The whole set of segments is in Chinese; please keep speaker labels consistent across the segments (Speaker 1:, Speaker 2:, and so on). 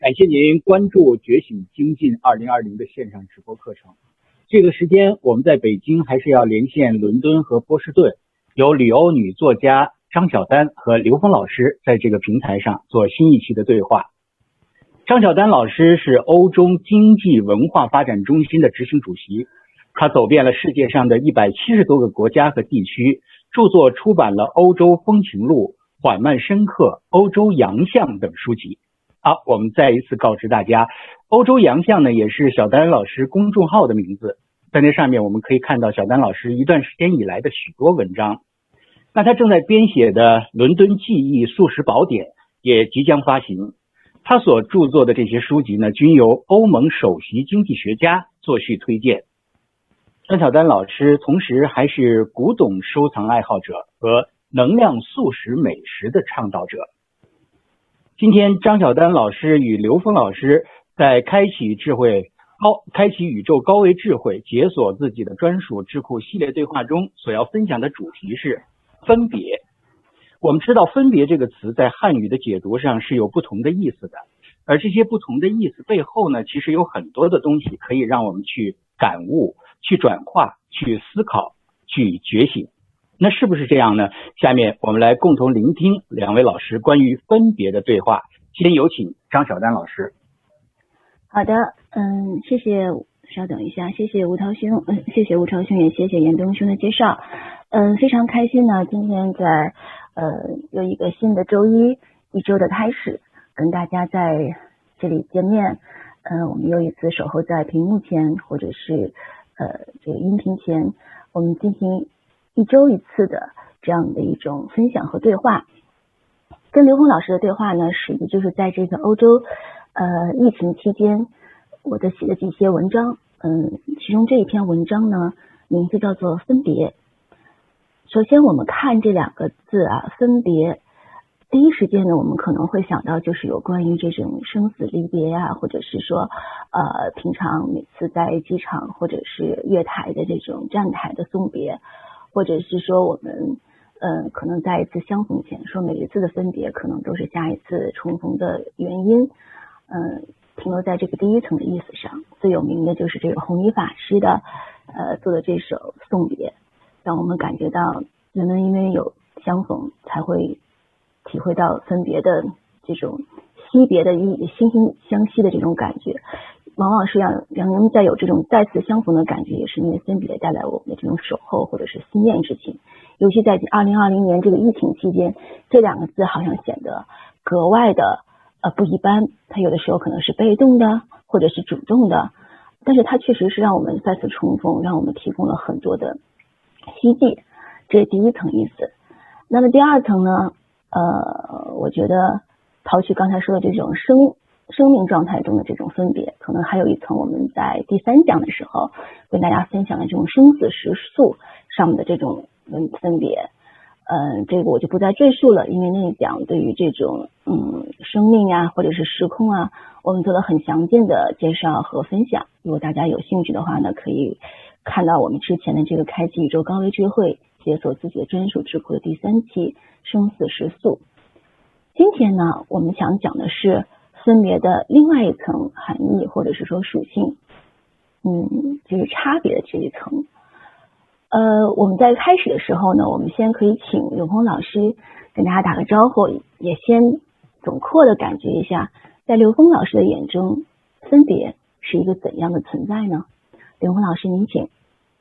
Speaker 1: 感谢您关注觉醒精进2020的线上直播课程。这个时间我们在北京还是要连线伦敦和波士顿，由旅欧女作家张晓丹和刘峰老师在这个平台上做新一期的对话。张晓丹老师是欧洲经济文化发展中心的执行主席，他走遍了世界上的170多个国家和地区，著作出版了《欧洲风情录》、《缓慢深刻》、《欧洲洋相》等书籍。好，我们再一次告知大家，欧洲洋相呢也是晓丹老师公众号的名字，在那上面我们可以看到晓丹老师一段时间以来的许多文章。那他正在编写的《伦敦记忆素食宝典》也即将发行。他所著作的这些书籍呢，均由欧盟首席经济学家作序推荐。张晓丹老师同时还是古董收藏爱好者和能量素食美食的倡导者。今天张晓丹老师与刘峰老师在开启宇宙高维智慧，解锁自己的专属智库系列对话中所要分享的主题是分别。我们知道分别这个词在汉语的解读上是有不同的意思的，而这些不同的意思背后呢，其实有很多的东西可以让我们去感悟、去转化、去思考、去觉醒。那是不是这样呢？下面我们来共同聆听两位老师关于分别的对话。先有请张晓丹老师。
Speaker 2: 好的，谢谢，稍等一下，谢谢吴涛兄，谢谢吴超兄，也谢谢严东兄的介绍。非常开心呢，今天在有一个新的周一周的开始，跟大家在这里见面。我们又一次守候在屏幕前，或者是这个音频前，我们进行一周一次的这样的一种分享和对话。跟刘峰老师的对话呢，实际就是在这个欧洲疫情期间我的写的几些文章。其中这一篇文章呢，名字叫做分别。首先我们看这两个字啊，分别，第一时间呢，我们可能会想到就是有关于这种生死离别啊，或者是说平常每次在机场或者是月台的这种站台的送别，或者是说我们可能在一次相逢前说每一次的分别可能都是下一次重逢的原因。停留在这个第一层的意思上，最有名的就是这个弘一法师的做的这首送别，让我们感觉到人们因为有相逢才会体会到分别的这种惜别的意义，惺惺相惜的这种感觉。往往是让人们在有这种再次相逢的感觉，也是因为分别带来我们的这种守候或者是思念之情。尤其在2020年这个疫情期间，这两个字好像显得格外的不一般，它有的时候可能是被动的或者是主动的，但是它确实是让我们再次重逢，让我们提供了很多的希冀，这是第一层意思。那么第二层呢，我觉得抛去刚才说的这种生命状态中的这种分别，可能还有一层我们在第3讲的时候跟大家分享的这种生死时速上面的这种分别。这个我就不再赘述了，因为那一讲对于这种生命啊或者是时空啊，我们做了很详尽的介绍和分享。如果大家有兴趣的话呢，可以看到我们之前的这个开启宇宙高维智慧，解锁自己的专属智库的第3期生死时速。今天呢，我们想讲的是分别的另外一层含义，或者是说属性，就是差别的这一层。我们在开始的时候呢，我们先可以请刘峰老师跟大家打个招呼，也先总括的感觉一下，在刘峰老师的眼中，分别是一个怎样的存在呢？刘峰老师，您请。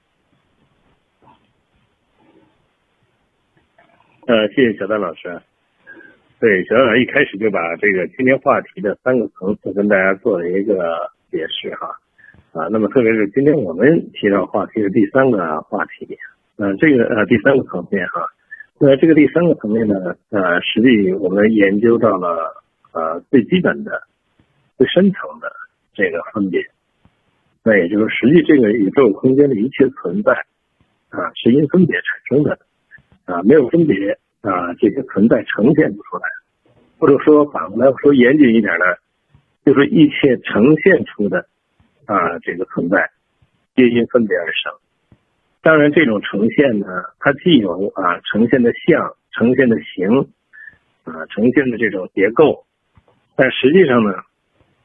Speaker 3: 谢谢小丹老师。对，小丹老师一开始就把这个今天话题的3个层次跟大家做了一个解释哈。那么特别是今天我们提到话题的第3个话题，这个第3个层面哈。那这个第3个层面呢，实际我们研究到了最基本的、最深层的这个分别。那也就是实际这个宇宙空间的一切存在是因分别产生的没有分别这些存在呈现不出来，或者说反过来说严谨一点呢，就是一切呈现出的这个存在皆因分别而生。当然这种呈现呢，它既有呈现的相、呈现的形呈现的这种结构，但实际上呢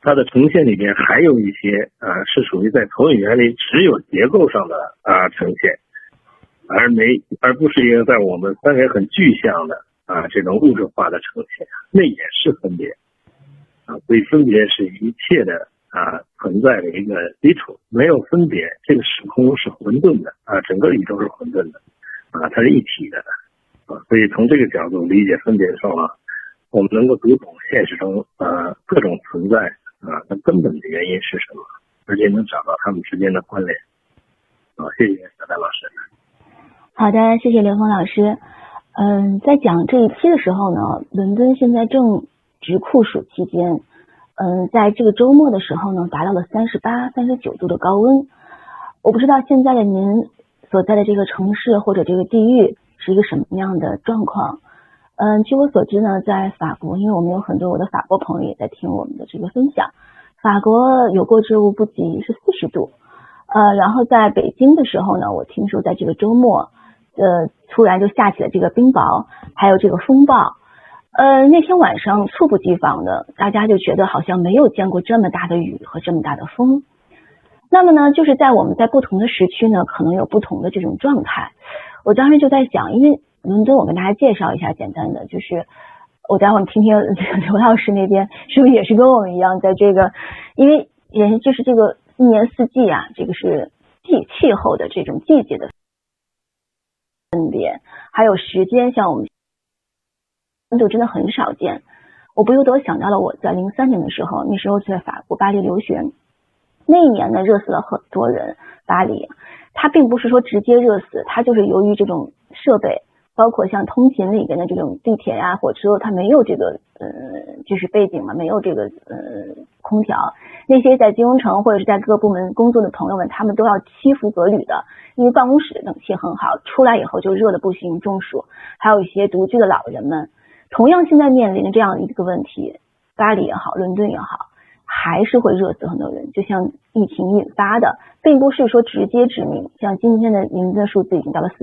Speaker 3: 它的呈现里边还有一些是属于在投影源里只有结构上的呈现，而不是一个在我们三维很具象的这种物质化的呈现，那也是分别所以分别是一切的存在的一个基础，没有分别，这个时空是混沌的整个宇宙是混沌的它是一体的所以从这个角度理解分别的时候我们能够读懂现实中各种存在它根本的原因是什么，而且能找到它们之间的关联谢谢小戴老师。
Speaker 2: 好的，谢谢刘峰老师。在讲这一期的时候呢，伦敦现在正值酷暑期间，在这个周末的时候呢，达到了38、39度的高温。我不知道现在的您所在的这个城市或者这个地域是一个什么样的状况。据我所知呢，在法国，因为我们有很多我的法国朋友也在听我们的这个分享，法国有过之无不及是40度。然后在北京的时候呢，我听说在这个周末突然就下起了这个冰雹，还有这个风暴。那天晚上猝不及防的，大家就觉得好像没有见过这么大的雨和这么大的风。那么呢，就是在我们在不同的时区呢，可能有不同的这种状态。我当时就在想，因为伦敦我跟大家介绍一下简单的，就是我待会儿听听刘老师那边是不是也是跟我们一样，在这个因为也就是这个一年四季这个是气候的这种季节的分别，还有时间，像我们就真的很少见。我不由得想到了我在03年的时候，那时候在法国巴黎留学，那一年呢热死了很多人。巴黎它并不是说直接热死，它就是由于这种设备，包括像通勤里边的这种地铁火车，它没有这个就是背景嘛，没有这个空调。那些在金融城或者是在各个部门工作的朋友们，他们都要7伏革履的，因为办公室冷气很好，出来以后就热的不行，中暑。还有一些独居的老人们，同样现在面临着这样一个问题，巴黎也好，伦敦也好，还是会热死很多人。就像疫情引发的，并不是说直接致命，像今天的您的数字已经到了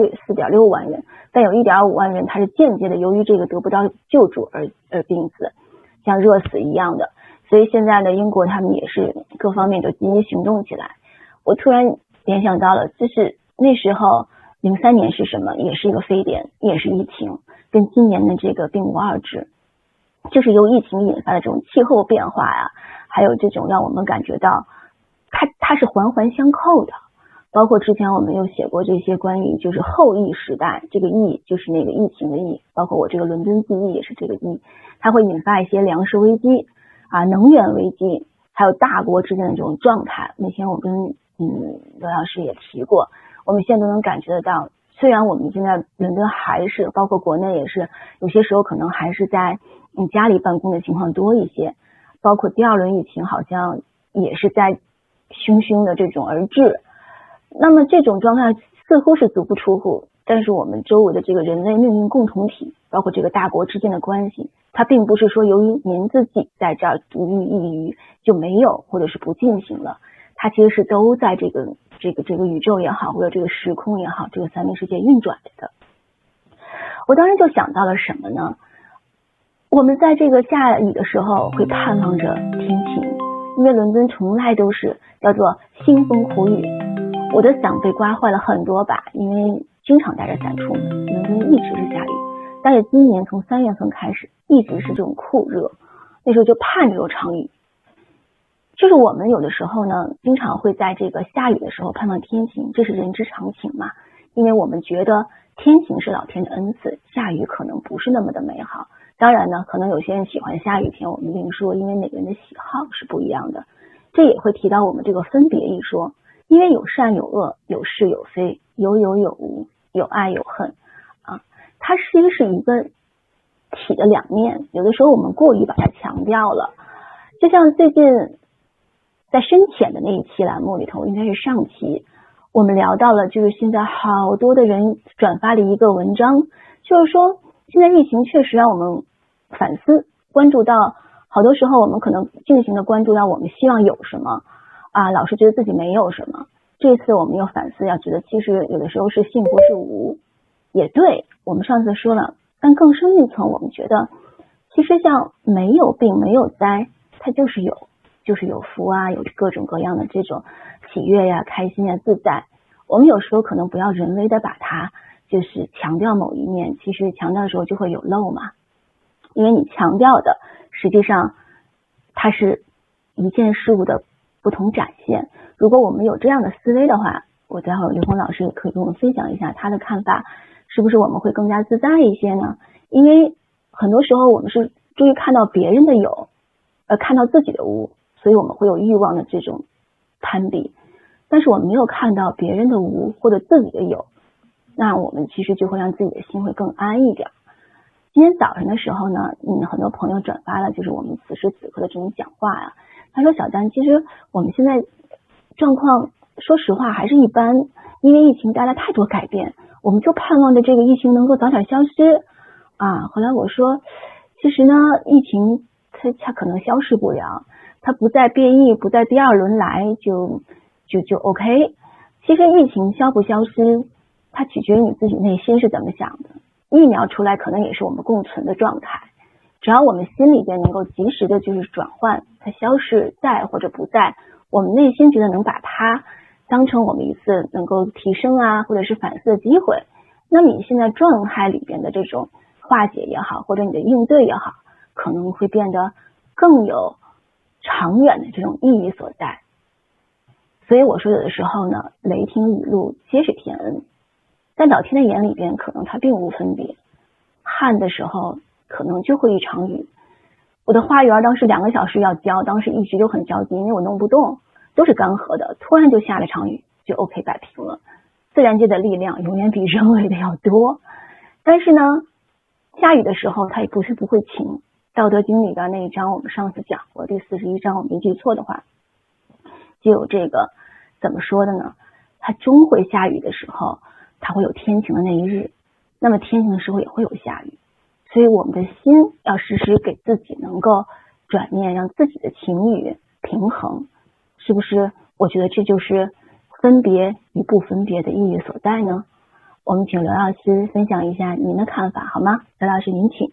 Speaker 2: 4.6万人，但有1.5万人他是间接的由于这个得不到救助而病死，像热死一样的。所以现在的英国他们也是各方面都积极行动起来。我突然联想到了，就是那时候03年是什么，也是一个非典，也是疫情，跟今年的这个并无二致，就是由疫情引发的这种气候变化还有这种让我们感觉到它是环环相扣的。包括之前我们有写过这些关于就是后疫时代，这个疫就是那个疫情的疫，包括我这个伦敦记忆也是这个疫，它会引发一些粮食危机能源危机，还有大国之间的这种状态。那天我跟刘老师也提过，我们现在都能感觉得到，虽然我们现在伦敦还是包括国内也是有些时候可能还是在家里办公的情况多一些，包括第二轮疫情好像也是在汹汹的这种而至。那么这种状态似乎是足不出户，但是我们周围的这个人类命运共同体，包括这个大国之间的关系，它并不是说由于您自己在这儿独欲一隅就没有或者是不进行了，它其实是都在这个宇宙也好，或者这个时空也好，这个三维世界运转着的。我当时就想到了什么呢？我们在这个下雨的时候会盼望着天晴，因为伦敦从来都是叫做腥风苦雨。我的伞被刮坏了很多把，因为经常带着伞出门，伦敦一直是下雨。但是今年从3月份开始一直是这种酷热，那时候就盼着有场雨。就是我们有的时候呢，经常会在这个下雨的时候盼望天晴，这是人之常情嘛。因为我们觉得天晴是老天的恩赐，下雨可能不是那么的美好。当然呢，可能有些人喜欢下雨天，我们另说，因为每个人的喜好是不一样的。这也会提到我们这个分别一说，因为有善有恶，有是有非，有有无，有爱有恨它其实是一个体的两面，有的时候我们过于把它强调了。就像最近在深浅的那一期栏目里头，应该是上期，我们聊到了就是现在好多的人转发了一个文章，就是说现在疫情确实让我们反思，关注到好多时候我们可能进行的关注到我们希望有什么老是觉得自己没有什么。这次我们又反思，要觉得其实有的时候是幸福是无，也对，我们上次说了，但更深一层我们觉得其实像没有病没有灾它就是有， 就是有福啊，有各种各样的这种喜悦呀、开心呀、自在。我们有时候可能不要人为的把它就是强调某一面，其实强调的时候就会有漏嘛，因为你强调的实际上它是一件事物的不同展现。如果我们有这样的思维的话，我待会儿刘峰老师也可以跟我们分享一下他的看法，是不是我们会更加自在一些呢？因为很多时候我们是注意看到别人的有，看到自己的无，所以我们会有欲望的这种攀比，但是我们没有看到别人的无或者自己的有，那我们其实就会让自己的心会更安一点。今天早上的时候呢，很多朋友转发了就是我们此时此刻的这种讲话呀。他说小丹，其实我们现在状况说实话还是一般，因为疫情带来太多改变，我们就盼望着这个疫情能够早点消失啊。后来我说其实呢，疫情它可能消失不了，它不再变异，不再第二轮来就 OK。 其实疫情消不消失它取决于你自己内心是怎么想的，疫苗出来可能也是我们共存的状态，只要我们心里边能够及时的就是转换，它消失在或者不在，我们内心觉得能把它当成我们一次能够提升啊或者是反思的机会，那么你现在状态里边的这种化解也好，或者你的应对也好，可能会变得更有长远的这种意义所在。所以我说有的时候呢，雷霆雨露皆是天恩，在老天的眼里边可能它并无分别，旱的时候可能就会一场雨。我的花园当时2个小时要浇，当时一直就很着急，因为我弄不动，都是干涸的，突然就下了场雨，就 OK 摆平了。自然界的力量永远比人为的要多，但是呢下雨的时候它也不是不会晴。道德经里边那一章我们上次讲过，第41章我没记错的话，就有这个怎么说的呢，它终会下雨的时候，它会有天晴的那一日，那么天晴的时候也会有下雨。所以我们的心要时时给自己能够转念，让自己的情绪平衡，是不是？我觉得这就是分别与不分别的意义所在呢？我们请刘老师分享一下您的看法好吗？刘老师您请。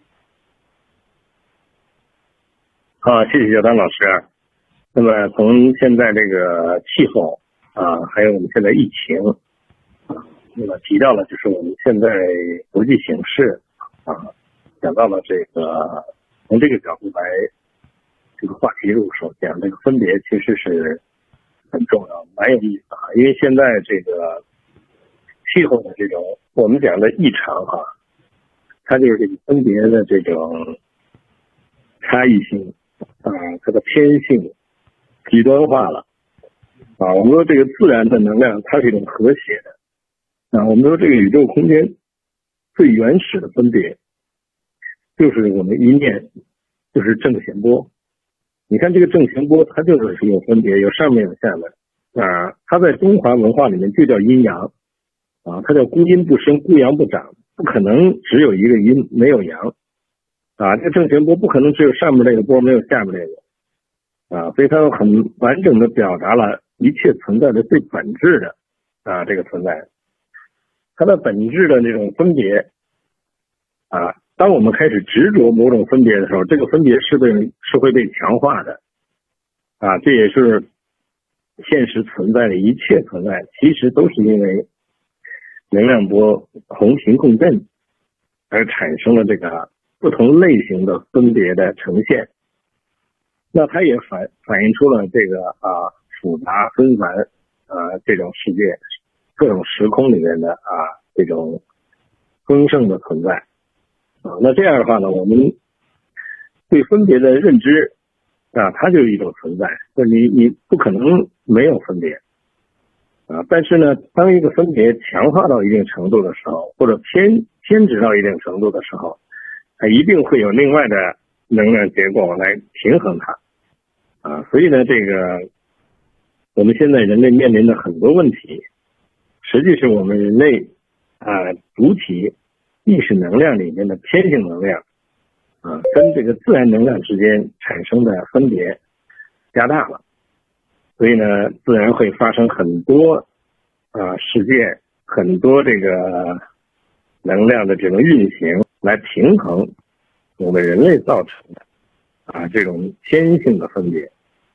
Speaker 3: 好，谢谢小丹老师。那么从现在这个气候还有我们现在疫情那么提到了就是我们现在国际形势讲到了这个，从这个角度来这个话题入手讲这个分别其实是很重要，蛮有意思因为现在这个气候的这种我们讲的异常它就是这个分别的这种差异性它的偏性极端化了我们说这个自然的能量它是一种和谐的我们说这个宇宙空间最原始的分别就是我们一念就是正弦波。你看这个正弦波它就是有分别，有上面有下面它在中华文化里面就叫阴阳它叫孤阴不生，孤阳不长，不可能只有一个阴没有阳这个正弦波不可能只有上面这个波没有下面这个所以它很完整的表达了一切存在的最本质的这个存在，它的本质的那种分别当我们开始执着某种分别的时候，这个分别是会被强化的这也是现实存在的一切存在其实都是因为能量波同频共振而产生了这个不同类型的分别的呈现。那它也反映出了这个复杂纷繁这种世界各种时空里面的这种丰盛的存在那这样的话呢，我们对分别的认知它就是一种存在，就你不可能没有分别但是呢，当一个分别强化到一定程度的时候，或者偏执到一定程度的时候，它一定会有另外的能量结构来平衡它所以呢，这个我们现在人类面临的很多问题，实际是我们人类主体意识能量里面的偏性能量跟这个自然能量之间产生的分别加大了，所以呢，自然会发生很多事件，很多这个能量的这种运行来平衡我们人类造成的这种偏性的分别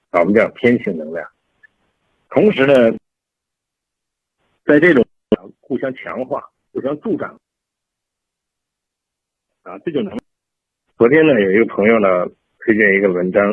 Speaker 3: 我们叫偏性能量。同时呢，在这种互相强化、互相助长这就能。昨天呢，有一个朋友呢推荐一个文章，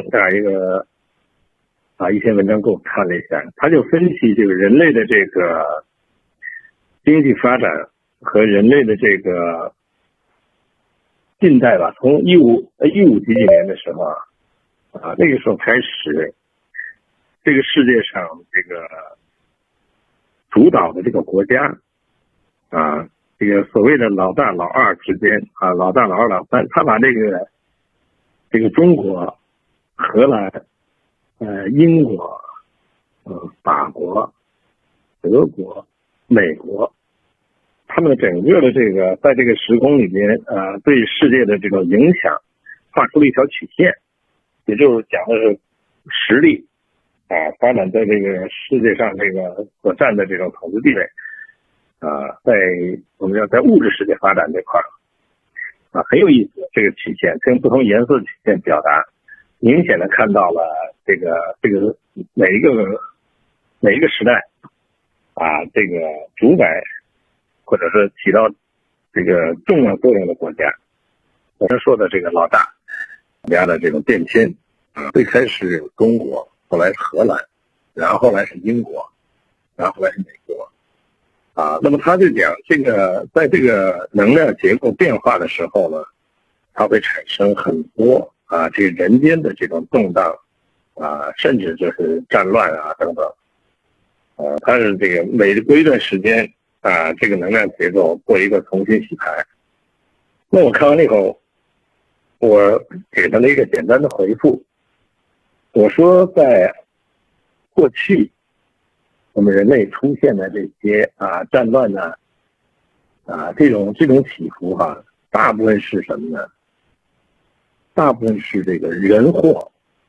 Speaker 3: 一篇文章给我看了一下，他就分析这个人类的这个经济发展和人类的这个近代吧，从15几年的时候那个时候开始，这个世界上这个主导的这个国家这个所谓的老大老二之间老大老二老三，他把这个中国、荷兰、英国、法国、德国、美国，他们整个的这个在这个时空里边对世界的这种影响画出了一条曲线，也就是讲的是实力发展在这个世界上这个所占的这种统治地位在我们要在物质世界发展这块很有意思。这个曲线用不同颜色的曲线表达，明显的看到了这个每一个时代这个主宰或者是起到这个重要作用的国家，我们说的这个老大国家的这种变迁最开始中国，后来是荷兰，然后后来是英国，然后后来是美国那么他就讲这个在这个能量结构变化的时候呢，它会产生很多这个人间的这种动荡甚至就是战乱等等它是这个每隔一段时间这个能量结构做一个重新洗牌。那我看完了以后，我给他了一个简单的回复，我说在过去我们人类出现的这些战乱这种起伏大部分是什么呢？大部分是这个人祸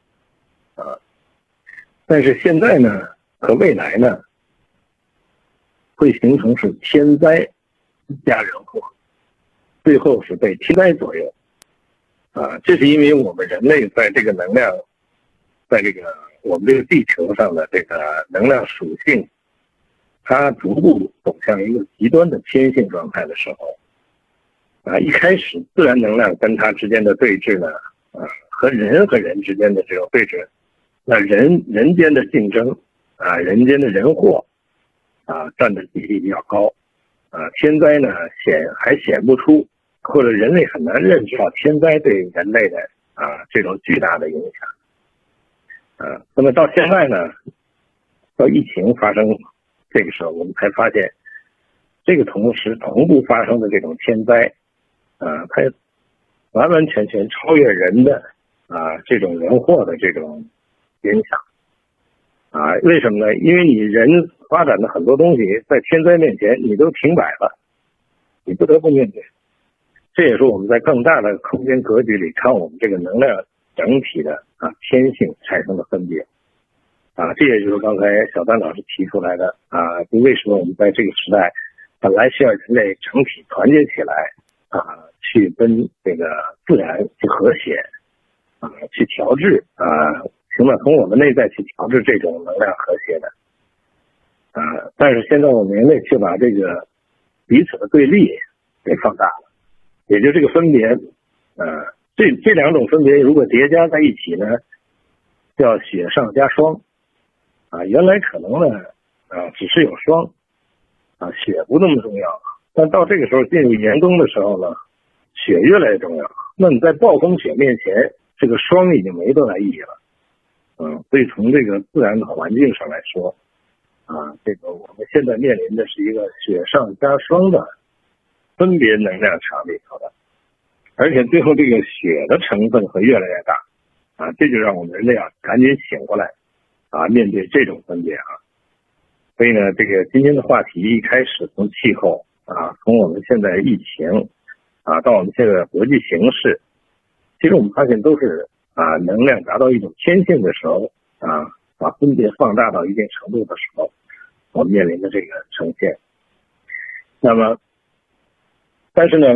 Speaker 3: 但是现在呢和未来呢会形成是天灾加人祸，最后是被天灾左右这是因为我们人类在这个能量，在这个我们这个地球上的这个能量属性，它逐步走向一个极端的偏性状态的时候一开始自然能量跟它之间的对峙呢和人和人之间的这种对峙，那人间的竞争人间的人祸占的比例比较高天灾呢还显不出，或者人类很难认知到天灾对人类的这种巨大的影响那么到现在呢，到疫情发生这个时候，我们才发现这个同步发生的这种天灾它完完全全超越人的这种人祸的这种影响为什么呢？因为你人发展的很多东西在天灾面前你都停摆了，你不得不面对。这也是我们在更大的空间格局里看我们这个能量整体的天性产生的分别这也就是刚才小丹老师提出来的就为什么我们在这个时代本来需要人类整体团结起来去跟这个自然去和谐去调制从我们内在去调制这种能量和谐的但是现在我们人类却把这个彼此的对立给放大了，也就这个分别这两种分别如果叠加在一起呢，叫雪上加霜原来可能呢只是有霜雪不那么重要，但到这个时候进入严冬的时候呢，雪越来越重要。那你在暴风雪面前，这个霜已经没多大意义了所以从这个自然的环境上来说这个我们现在面临的是一个雪上加霜的分别能量场里头的，而且最后这个雪的成分会越来越大这就让我们人类赶紧醒过来面对这种分别所以呢，这个今天的话题一开始从气候从我们现在疫情到我们现在的国际形势，其实我们发现都是能量达到一种天性的时候把分别放大到一定程度的时候，我们面临的这个呈现。那么但是呢，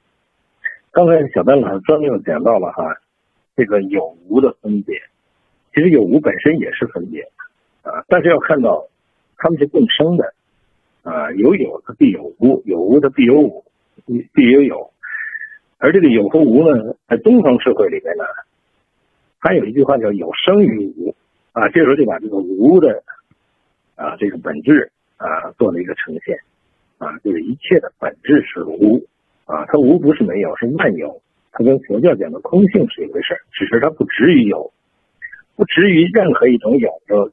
Speaker 3: 刚才小丹老师专门又讲到了这个有无的分别。其其实有无本身也是分别但是要看到它们是共生的有它必有无，有无它必有无，必有。而这个有和无呢，在东方社会里面呢，还有一句话叫有生于无这时候就把这个无的这个本质做了一个呈现就是一切的本质是无它无不是没有，是万有，它跟佛教讲的空性是一回事，只是它不止于有，不止于任何一种有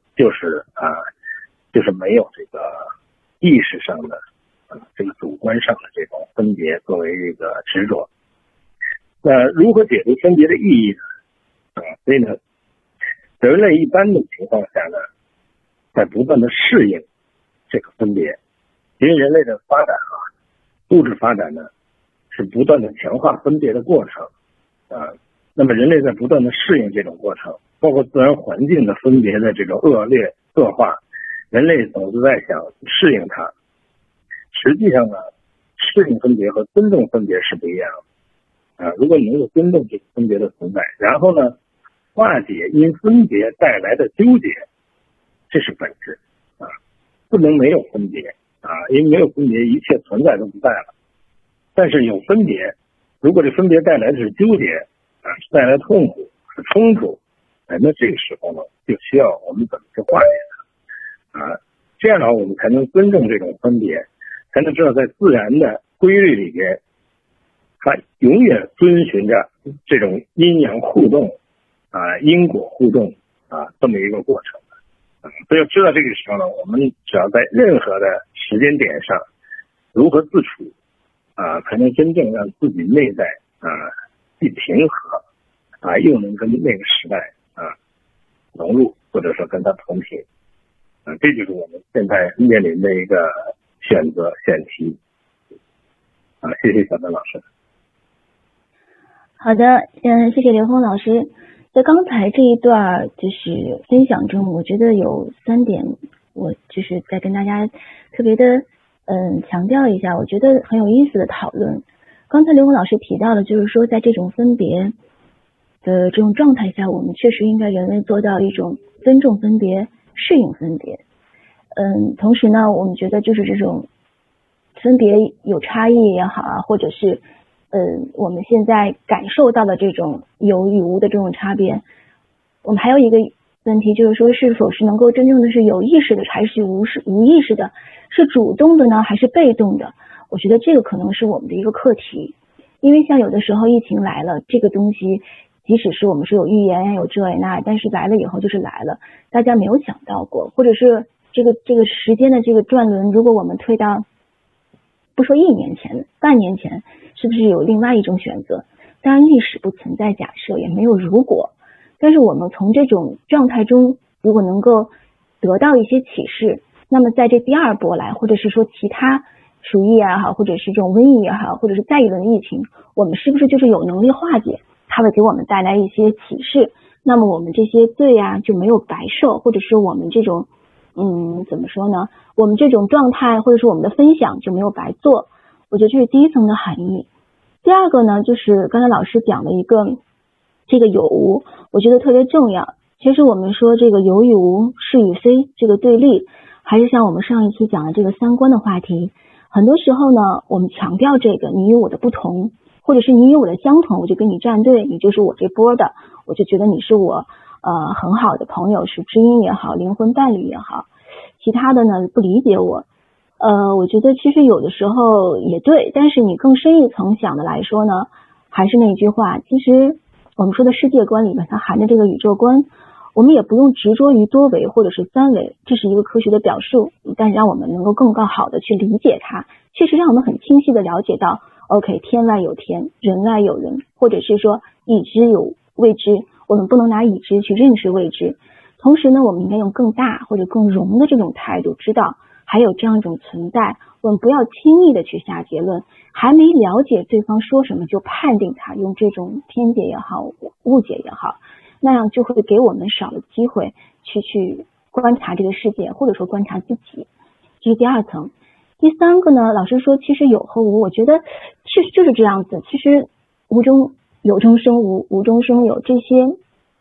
Speaker 3: 就是没有这个意识上的这个主观上的这种分别作为这个执着。那如何解读分别的意义呢？所以呢，人类一般的情况下呢，在不断的适应这个分别，因为人类的发展物质发展呢是不断的强化分别的过程那么人类在不断的适应这种过程，包括自然环境的分别的这种恶化，人类总是在想适应它。实际上呢，适应分别和尊重分别是不一样的如果你能够尊重这个分别的存在，然后呢化解因分别带来的纠结，这是本质不能没有分别因为没有分别一切存在都不在了。但是有分别，如果这分别带来的是纠结带来痛苦是冲突那这个时候呢就需要我们怎么去化解它这样的话我们才能尊重这种分别，才能知道在自然的规律里边它永远遵循着这种阴阳互动因果互动这么一个过程所以要知道这个时候呢，我们只要在任何的时间点上如何自处才能真正让自己内在既平和又能跟那个时代融入，或者说跟它同频这就是我们现在面临的一个选题谢谢小丹老师。
Speaker 2: 好的，谢谢刘峰老师。在刚才这一段就是分享中，我觉得有3点，我就是在跟大家特别的强调一下，我觉得很有意思的讨论。刚才刘峰老师提到的，就是说在这种分别的这种状态下，我们确实应该人类做到一种尊重分别、适应分别。同时呢，我们觉得就是这种分别有差异也好或者是我们现在感受到的这种有与无的这种差别，我们还有一个问题就是说，是否是能够真正的是有意识的，还是无意识的，是主动的呢，还是被动的？我觉得这个可能是我们的一个课题。因为像有的时候疫情来了，这个东西即使是我们说有预言有这那，但是来了以后就是来了，大家没有想到过，或者是这个时间的这个转轮，如果我们推到不说1年前半年前，是不是有另外一种选择？当然历史不存在假设，也没有如果，但是我们从这种状态中如果能够得到一些启示，那么在这第2波来，或者是说其他鼠疫也好，或者是这种瘟疫也好，或者是再一轮疫情，我们是不是就是有能力化解，它会给我们带来一些启示，那么我们这些罪就没有白受，或者是我们这种怎么说呢，我们这种状态或者是我们的分享就没有白做。我觉得这是第一层的含义。第2个呢，就是刚才老师讲的一个这个有无，我觉得特别重要。其实我们说这个有与无是与非这个对立，还是像我们上一期讲的这个3观的话题，很多时候呢我们强调这个你与我的不同，或者是你与我的相同，我就跟你站队，你就是我这波的，我就觉得你是我很好的朋友，是知音也好，灵魂伴侣也好。其他的呢不理解我我觉得其实有的时候也对，但是你更深一层想的来说呢，还是那句话，其实我们说的世界观里面它含着这个宇宙观，我们也不用执着于多维或者是3维，这是一个科学的表述，但是让我们能够更好的去理解它，确实让我们很清晰的了解到 OK 天外有天，人外有人，或者是说已知有未知，我们不能拿已知去认识未知。同时呢，我们应该用更大或者更容的这种态度，知道还有这样一种存在，我们不要轻易的去下结论，还没了解对方说什么就判定他，用这种偏见也好误解也好，那样就会给我们少了机会去观察这个世界，或者说观察自己。这是第2层。第3个呢，老师说其实有和无，我觉得确实就是这样子，其实无中有中生无，无中生有，这些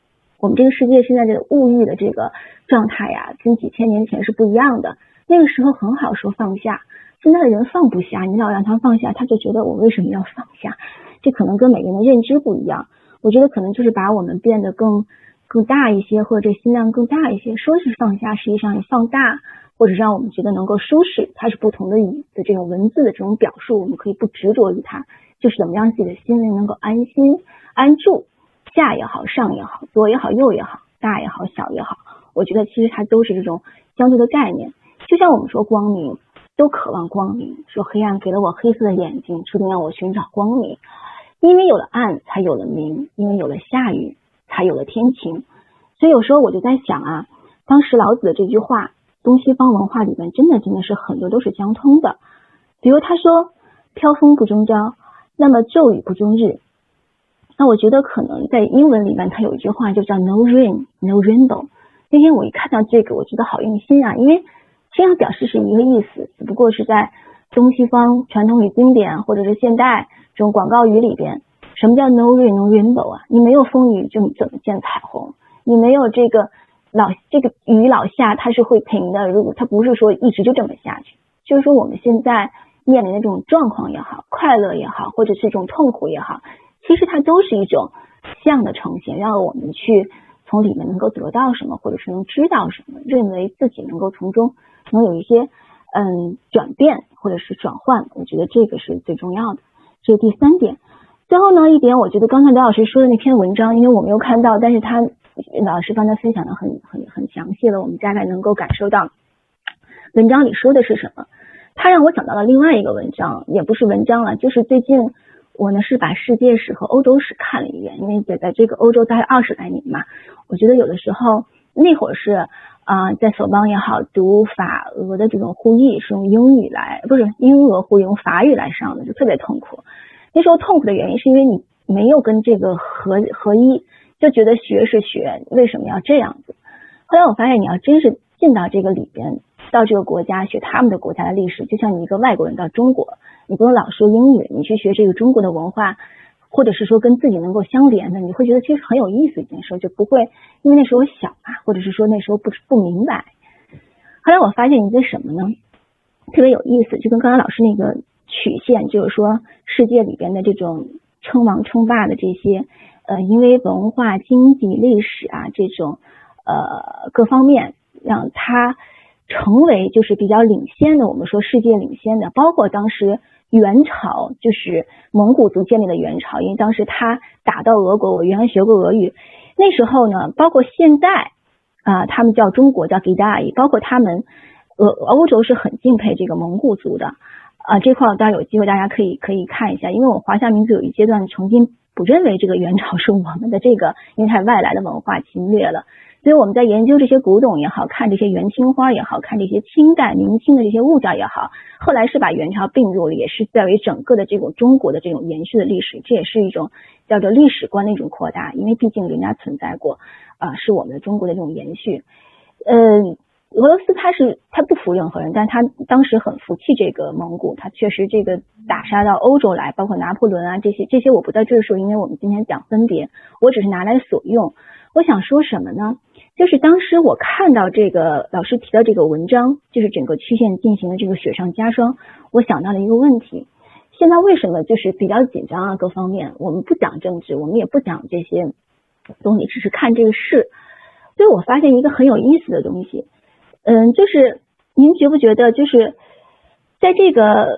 Speaker 2: 我们这个世界现在的物欲的这个状态呀，跟几千年前是不一样的。那个时候很好说放下，现在的人放不下，你老让他放下，他就觉得我为什么要放下？这可能跟每个人的认知不一样。我觉得可能就是把我们变得更大一些，或者心量更大一些。说是放下，实际上是放大，或者让我们觉得能够舒适。它是不同的语的这种文字的这种表述，我们可以不执着于它，就是怎么让自己的心灵能够安心安住。下也好，上也好，左也好，右也好，大也好，小也好，我觉得其实它都是这种相对的概念。就像我们说光明，都渴望光明，说黑暗给了我黑色的眼睛，注定让我寻找光明。因为有了暗才有了明，因为有了下雨才有了天晴。所以有时候我就在想啊，当时老子的这句话，东西方文化里面真的是很多都是相通的。比如他说飘风不终朝，那么骤雨不终日。那我觉得可能在英文里面它有一句话就叫 no rain no rainbow。 那天我一看到这个，我觉得好用心啊，因为这样表示是一个意思，只不过是在东西方传统与经典或者是现代这种广告语里边，什么叫 no rain no rainbow 啊？你没有风雨就怎么见彩虹？你没有这个雨老下它是会停的，如果它不是说一直就这么下去，就是说我们现在面临的这种状况也好，快乐也好，或者是这种痛苦也好，其实它都是一种像的呈现，让我们去从里面能够得到什么，或者是能知道什么，认为自己能够从中能有一些转变或者是转换。我觉得这个是最重要的，这是第三点。最后呢一点，我觉得刚才刘老师说的那篇文章，因为我没有看到，但是老师刚才分享的很详细了，我们大概能够感受到文章里说的是什么。他让我想到了另外一个文章，也不是文章了，就是最近我呢是把世界史和欧洲史看了一遍，因为在这个欧洲待20来年嘛，我觉得有的时候那会儿是在索邦也好，读法俄的这种互译是用英俄互译用法语来上的，就特别痛苦。那时候痛苦的原因是因为你没有跟这个合一，就觉得学是学，为什么要这样子？后来我发现你要真是进到这个里边，到这个国家学他们的国家的历史，就像你一个外国人到中国，你不能老说英语，你去学这个中国的文化，或者是说跟自己能够相连的，你会觉得其实很有意思一件事，就不会因为那时候小嘛，或者是说那时候不明白。后来我发现一个什么呢，特别有意思，就跟刚才老师那个曲线，就是说世界里边的这种称王称霸的这些因为文化经济历史啊这种各方面让它成为就是比较领先的，我们说世界领先的，包括当时元朝，就是蒙古族建立的元朝，因为当时他打到俄国，我原来学过俄语，那时候呢包括现在他们叫中国叫 Gidai， 包括他们欧洲是很敬佩这个蒙古族的这块当然有机会大家可以看一下，因为我华夏民族有一阶段曾经不认为这个元朝是我们的这个，因为它外来的文化侵略了，所以我们在研究这些古董也好，看这些元青花也好，看这些清代明清的这些物件也好，后来是把元朝并入了，也是在为整个的这种中国的这种延续的历史，这也是一种叫做历史观的一种扩大，因为毕竟人家存在过是我们的中国的这种延续。俄罗斯他不服任何人，但他当时很服气这个蒙古，他确实这个打杀到欧洲来，包括拿破仑啊这些我不在这说，因为我们今天讲分别，我只是拿来所用。我想说什么呢？就是当时我看到这个老师提到这个文章，就是整个曲线进行的这个雪上加霜，我想到了一个问题，现在为什么就是比较紧张各方面，我们不讲政治，我们也不讲这些东西，只是看这个事。所以我发现一个很有意思的东西，就是您觉不觉得就是在这个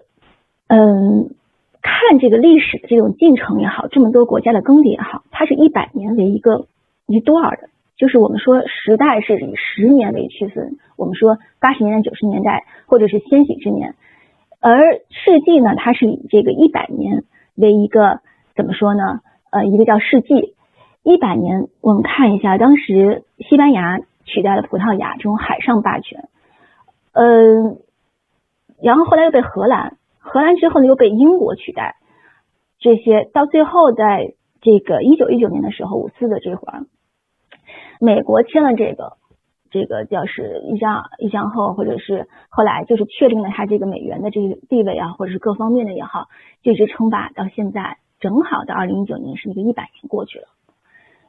Speaker 2: 看这个历史的这种进程也好，这么多国家的更迭也好，它是100年为多少的，就是我们说时代是以10年为区分，我们说80年代90年代或者是千禧之年，而世纪呢它是以这个100年为一个怎么说呢一个叫世纪。100年我们看一下，当时西班牙取代了葡萄牙这种海上霸权，然后后来又被荷兰之后呢又被英国取代，这些到最后在这个1919年的时候5·4的这会儿，美国签了这个叫是议项后，或者是后来就是确定了它这个美元的这个地位啊，或者是各方面的也好，就一直称霸到现在，正好到2019年是那个100年过去了。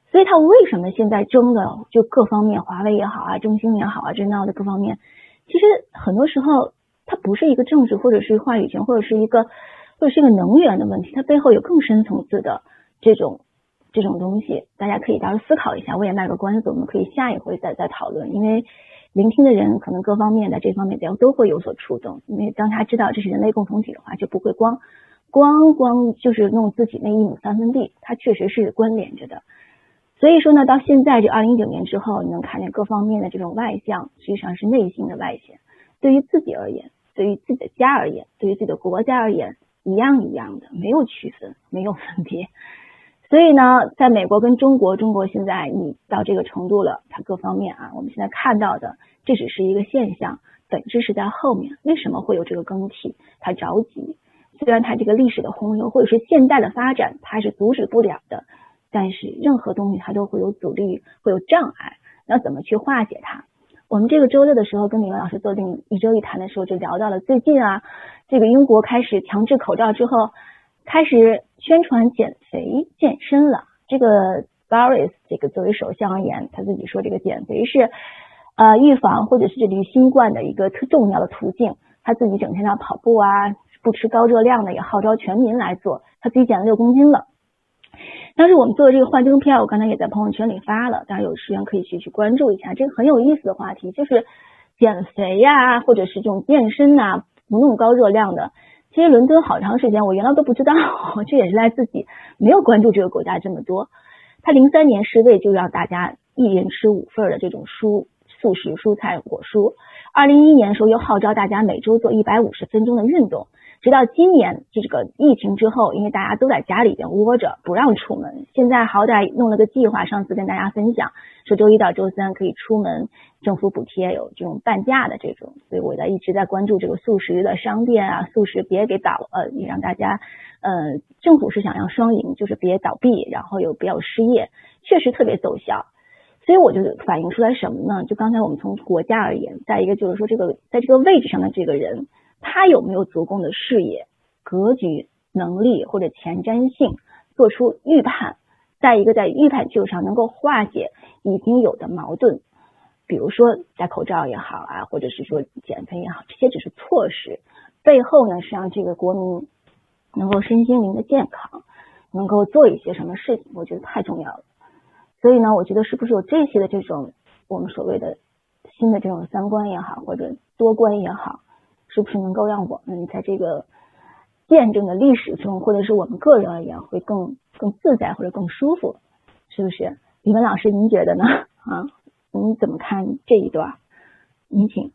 Speaker 2: 所以他为什么现在争的就各方面，华为也好啊，中兴也好啊，这闹的各方面，其实很多时候它不是一个政治或者是话语权或者是一个能源的问题，它背后有更深层次的这种东西，大家可以到时候思考一下。我也卖个关子，我们可以下一回再讨论，因为聆听的人可能各方面在这方面都会有所触动，因为当他知道这是人类共同体的话，就不会光就是弄自己那一亩三分地，它确实是关联着的。所以说呢，到现在这2019年之后，你能看见各方面的这种外向，实际上是内心的外显。对于自己而言，对于自己的家而言，对于自己的国家而言，一样的，没有区分，没有分别。所以呢，在美国跟中国现在你到这个程度了，它各方面啊，我们现在看到的这只是一个现象，本质是在后面。为什么会有这个更替？它着急，虽然它这个历史的洪流或者是现代的发展，它是阻止不了的。但是任何东西它都会有阻力，会有障碍，那怎么去化解它？我们这个周六的时候跟李文老师做定一周一谈的时候就聊到了，最近啊，这个英国开始强制口罩之后，开始宣传减肥健身了。这个 Boris 这个作为首相而言，他自己说这个减肥是预防或者是这离新冠的一个特重要的途径。他自己整天要跑步啊，不吃高热量的，也号召全民来做。他自己减了6公斤了。当时我们做的这个幻灯片，我刚才也在朋友圈里发了，大家有时间可以去关注一下，这个很有意思的话题，就是减肥呀，或者是这种健身呐，不弄高热量的。其实伦敦好长时间我原来都不知道，这也是在自己没有关注这个国家这么多。他03年世卫就让大家一人吃5份的这种素食蔬菜果蔬，2011年的时候又号召大家每周做150分钟的运动。直到今年这个疫情之后，因为大家都在家里边窝着不让出门，现在好歹弄了个计划，上次跟大家分享说周1到周3可以出门，政府补贴有这种半价的这种，所以我一直在关注这个素食的商店啊，素食别给也让大家政府是想要双赢，就是别倒闭，然后又不要失业，确实特别奏效。所以我就反映出来什么呢？就刚才我们从国家而言，再一个就是说在这个位置上的这个人，他有没有足够的视野、格局、能力或者前瞻性做出预判，再一个在预判基础上能够化解已经有的矛盾，比如说戴口罩也好啊，或者是说减肥也好，这些只是措施，背后呢是让这个国民能够身心灵的健康，能够做一些什么事情，我觉得太重要了。所以呢，我觉得是不是有这些的这种我们所谓的新的这种3观也好，或者多观也好，是不是能够让我们在这个见证的历史中，或者是我们个人而言会更自在或者更舒服，是不是？李文老师您觉得呢？您怎么看这一段？您请。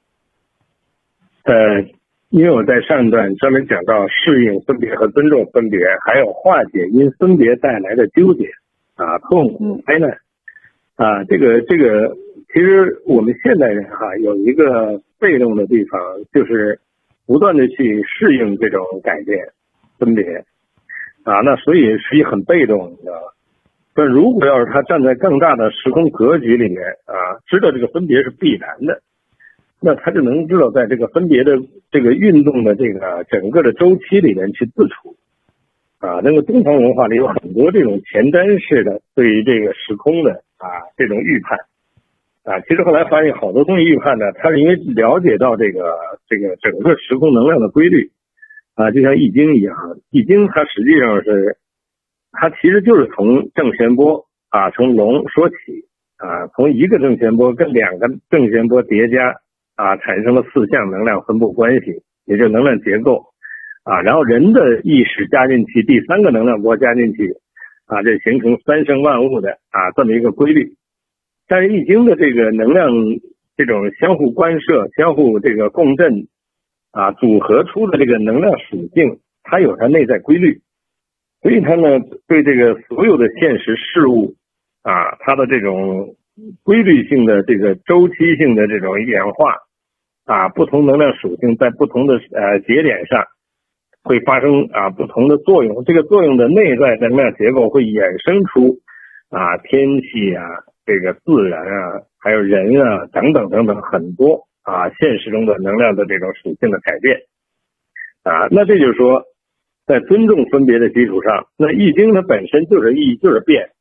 Speaker 3: 因为我在上一段专门讲到适应分别和尊重分别，还有化解因分别带来的纠结痛苦灾难这个其实我们现代人有一个被动的地方，就是不断的去适应这种改变分别那所以实际很被动，你知道吧？但如果要是他站在更大的时空格局里面知道这个分别是必然的，那他就能知道在这个分别的这个运动的这个整个的周期里面去自处那个东方文化里有很多这种前瞻式的对于这个时空的这种预判其实后来发现好多东西预判呢，它是因为了解到这个整个时空能量的规律就像易经一样，易经它实际上是它其实就是从正弦波从龙说起从一个正弦波跟2个正弦波叠加产生了4项能量分布关系，也就是能量结构然后人的意识加进去，第3个能量波加进去这形成3生万物的这么一个规律。但是易经的这个能量这种相互关摄、相互这个共振组合出的这个能量属性，它有它内在规律，所以它呢对这个所有的现实事物它的这种规律性的这个周期性的这种演化不同能量属性在不同的节点上会发生不同的作用，这个作用的内在能量结构会衍生出天气这个自然还有人等等等等很多现实中的能量的这种属性的改变那这就是说在尊重分别的基础上，那易经它本身就是意义就是变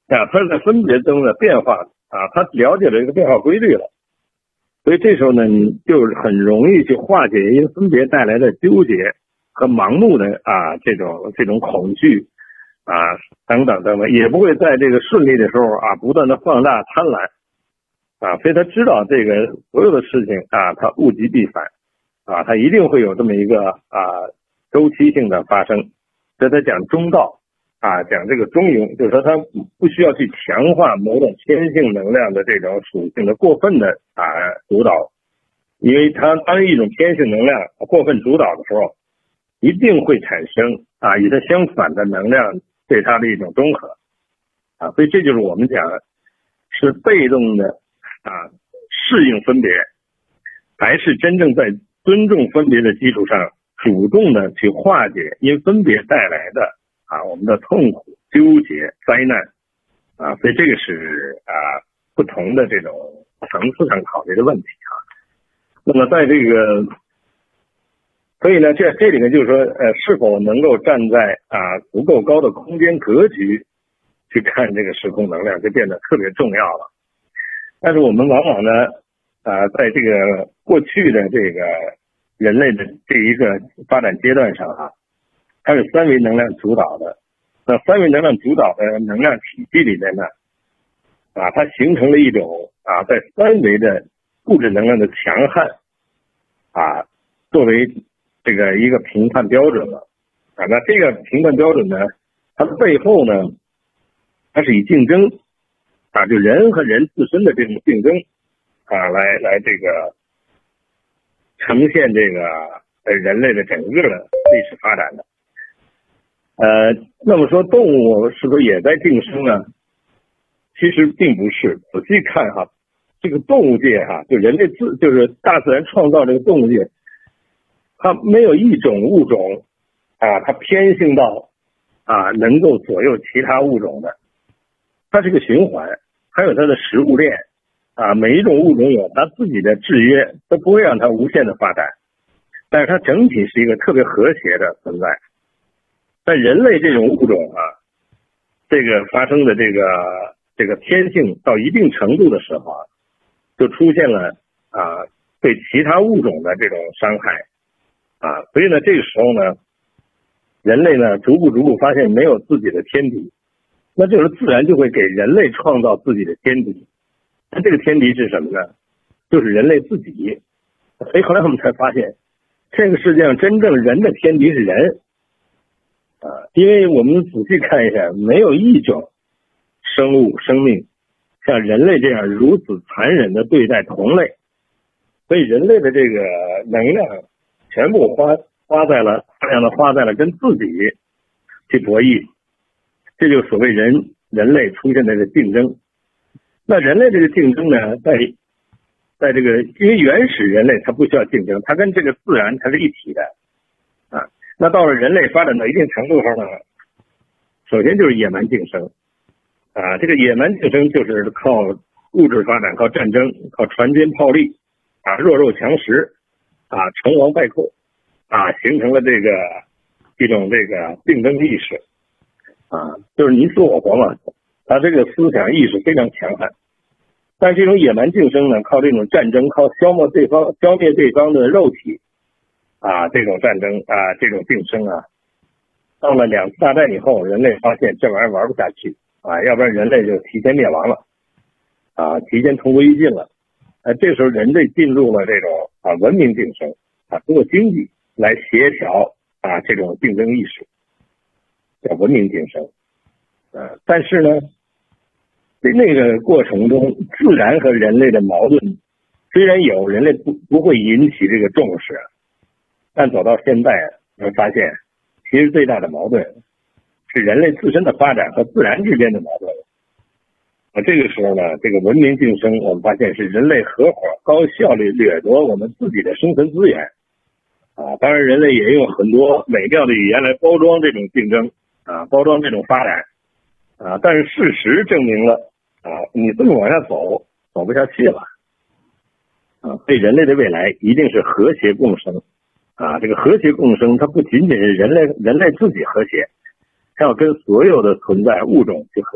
Speaker 3: 啊，它是在分别中的变化啊，它了解了这个变化规律了，所以这时候呢，你就很容易去化解因分别带来的纠结和盲目的啊这种恐惧啊等等等等，也不会在这个顺利的时候啊不断的放大贪婪啊，所以他知道这个所有的事情啊，它物极必反啊，它一定会有这么一个啊周期性的发生，所以他讲中道。啊，讲这个中庸，就是说他不需要去强化某种偏性能量的这种属性的过分的啊主导，因为它当一种偏性能量过分主导的时候，一定会产生啊与它相反的能量对它的一种中和啊，所以这就是我们讲是被动的啊适应分别，还是真正在尊重分别的基础上主动的去化解因分别带来的啊，我们的痛苦、纠结、灾难啊，所以这个是啊不同的这种层次上考虑的问题啊。那么在这个，所以呢，这里面就是说，是否能够站在啊足够高的空间格局去看这个时空能量，就变得特别重要了。但是我们往往呢，在这个过去的这个人类的这一个发展阶段上啊。它是三维能量主导的，那三维能量主导的能量体系里面呢，啊，它形成了一种啊，在三维的物质能量的强悍啊，作为这个一个评判标准了啊。那这个评判标准呢，它的背后呢，它是以竞争啊，就人和人自身的这种竞争啊，来这个呈现这个人类的整个的历史发展的。那么说动物是不是也在晋升呢？其实并不是。仔细看哈，这个动物界哈，就人类就是大自然创造这个动物界，它没有一种物种啊，它偏性到啊能够左右其他物种的，它是个循环，还有它的食物链啊，每一种物种有它自己的制约，都不会让它无限的发展，但是它整体是一个特别和谐的存在。但人类这种物种啊，这个发生的这个天性到一定程度的时候啊，就出现了啊对其他物种的这种伤害啊，所以呢这个时候呢，人类呢逐步发现没有自己的天敌，那就是自然就会给人类创造自己的天敌。那这个天敌是什么呢？就是人类自己。所以后来我们才发现，这个世界上真正人的天敌是人。因为我们仔细看一下，没有一种生命像人类这样如此残忍的对待同类，所以人类的这个能量全部大量的花在了跟自己去博弈，这就是所谓人类出现的这个竞争。那人类这个竞争呢，在这个因为原始人类它不需要竞争，它跟这个自然它是一体的啊。那到了人类发展到一定程度上呢，首先就是野蛮竞争啊，这个野蛮竞争就是靠物质发展，靠战争，靠船坚炮利啊，弱肉强食啊，成王败寇啊，形成了一种这个竞争意识啊，就是你死我活嘛，他这个思想意识非常强悍。但这种野蛮竞争呢，靠这种战争，靠消灭对方的肉体啊，这种战争啊，这种竞争啊，到了2次大战以后，人类发现这玩意儿玩不下去啊，要不然人类就提前灭亡了啊，提前同归于尽了。这时候人类进入了这种啊文明竞争啊，通过经济来协调啊这种竞争意识，叫文明竞争。但是呢，在那个过程中，自然和人类的矛盾虽然有，人类不会引起这个重视，但走到现在，你会发现，其实最大的矛盾是人类自身的发展和自然之间的矛盾。这个时候呢，这个文明竞争，我们发现是人类合伙高效率掠夺我们自己的生存资源啊。当然，人类也用很多美妙的语言来包装这种竞争啊，包装这种发展啊。但是事实证明了啊，你这么往下走不下去了啊。对人类的未来一定是和谐共生。啊，这个和谐共生，它不仅仅是人类自己和谐，它要跟所有的存在物种去和谐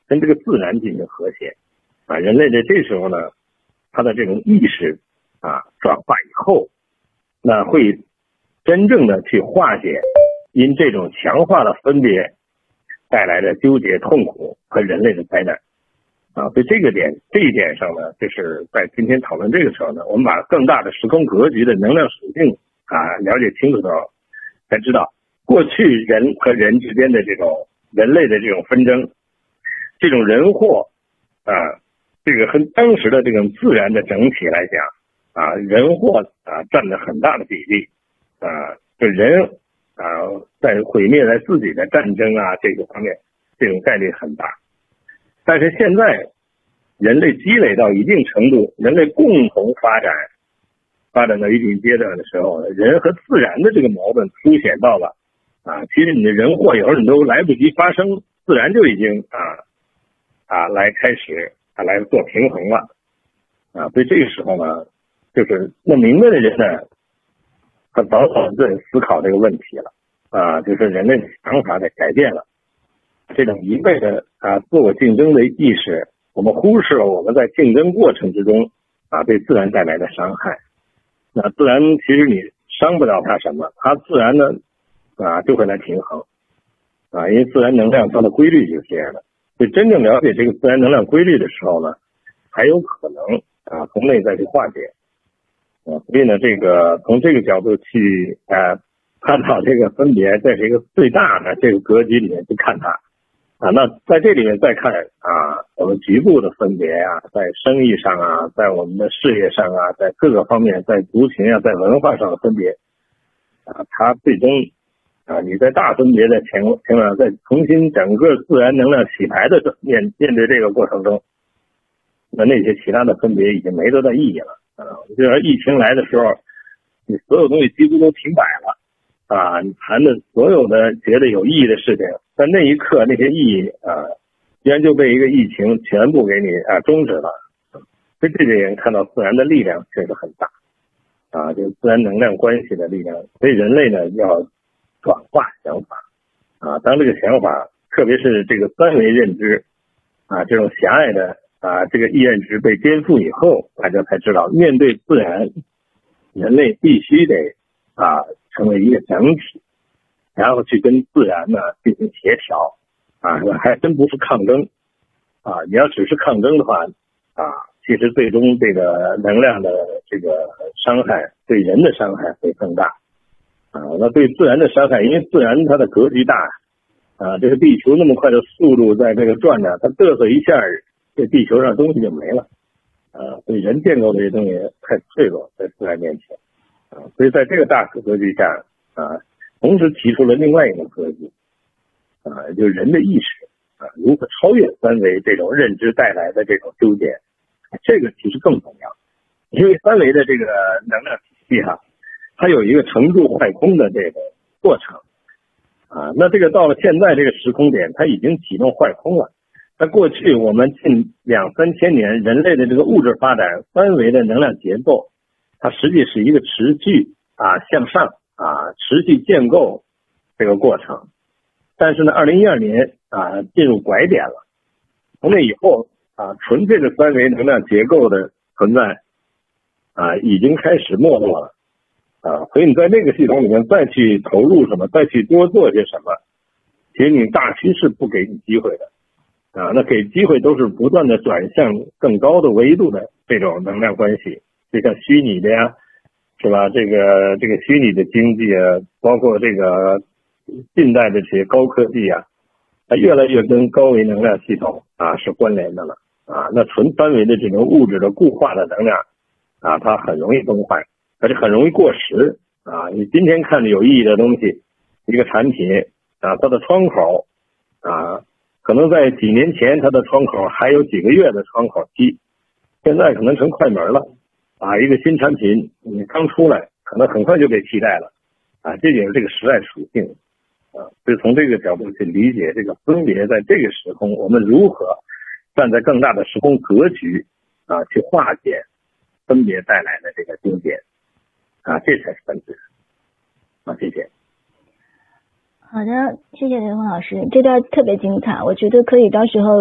Speaker 3: 跟这个自然进行和谐啊。人类在这时候呢，他的这种意识转化以后，那会真正的去化解因这种强化的分别带来的纠结、痛苦和人类的灾难啊。所以这一点上呢，就是在今天讨论这个时候呢，我们把更大的时空格局的能量属性了解清楚的时候，才知道过去人和人之间的这种人类的这种纷争，这种人祸这个和当时的这种自然的整体来讲人祸占了很大的比例就人在毁灭在自己的战争这个方面，这种概率很大。但是现在人类积累到一定程度，人类共同发展到一定阶段的时候，人和自然的这个矛盾凸显到了其实你的人祸有时候你都来不及发生，自然就已经来开始来做平衡了所以这个时候呢，就是那明白的人呢，他早在思考这个问题了就是人类的想法在改变了，这种一味的自我竞争的意识，我们忽视了我们在竞争过程之中对自然带来的伤害。那自然其实你伤不了它什么，它自然呢就会来平衡因为自然能量它的规律就是这样的。所以真正了解这个自然能量规律的时候呢，还有可能从内在去化解所以呢，这个从这个角度去探讨这个分别，在这个最大的这个格局里面去看它那在这里面再看我们局部的分别在生意上在我们的事业上在各个方面，在族群在文化上的分别它最终你在大分别的情况下，在重新整个自然能量洗牌的面对这个过程中，那些其他的分别已经没多大意义了就像疫情来的时候，你所有东西几乎都停摆了你谈的所有的觉得有意义的事情，在那一刻那些意义居然就被一个疫情全部给你终止了。所以这个人看到自然的力量确实很大就是自然能量关系的力量。所以人类呢要转化想法当这个想法特别是这个三维认知这种狭隘的这个意认值被颠覆以后，大家才知道面对自然，人类必须得成为一个整体，然后去跟自然呢进行协调还真不是抗争你要只是抗争的话其实最终这个能量的这个伤害对人的伤害会更大那对自然的伤害，因为自然它的格局大这个地球那么快的速度在这个转着，它嘚瑟一下，这地球上东西就没了所以人建构的这些东西太脆弱，在自然面前所以在这个大格局下同时提出了另外一个格局就是人的意识如何超越三维这种认知带来的这种纠结，这个其实更重要。因为三维的这个能量体系它有一个成住坏空的这个过程那这个到了现在这个时空点，它已经启动坏空了。在过去我们近2-3千年人类的这个物质发展，三维的能量结构，它实际是一个持续向上持续建构这个过程。但是呢2012年进入拐点了，从那以后纯粹的三维能量结构的存在已经开始没落了所以你在那个系统里面再去投入什么，再去多做些什么，其实你大趋势不给你机会的那给机会都是不断的转向更高的维度的这种能量关系，就像虚拟的是吧？这个虚拟的经济包括这个近代的这些高科技它越来越跟高维能量系统是关联的了那纯三维的这种物质的固化的能量它很容易崩坏，而且很容易过时你今天看着有意义的东西，一个产品它的窗口可能在几年前它的窗口还有几个月的窗口期，现在可能成快门了一个新产品你刚出来可能很快就被替代了这就是这个时代属性所以从这个角度去理解这个分别，在这个时空我们如何站在更大的时空格局去化解分别带来的这个纠结这才是本质谢谢。
Speaker 2: 好的，谢谢刘峰老师，这段特别精彩，我觉得可以到时候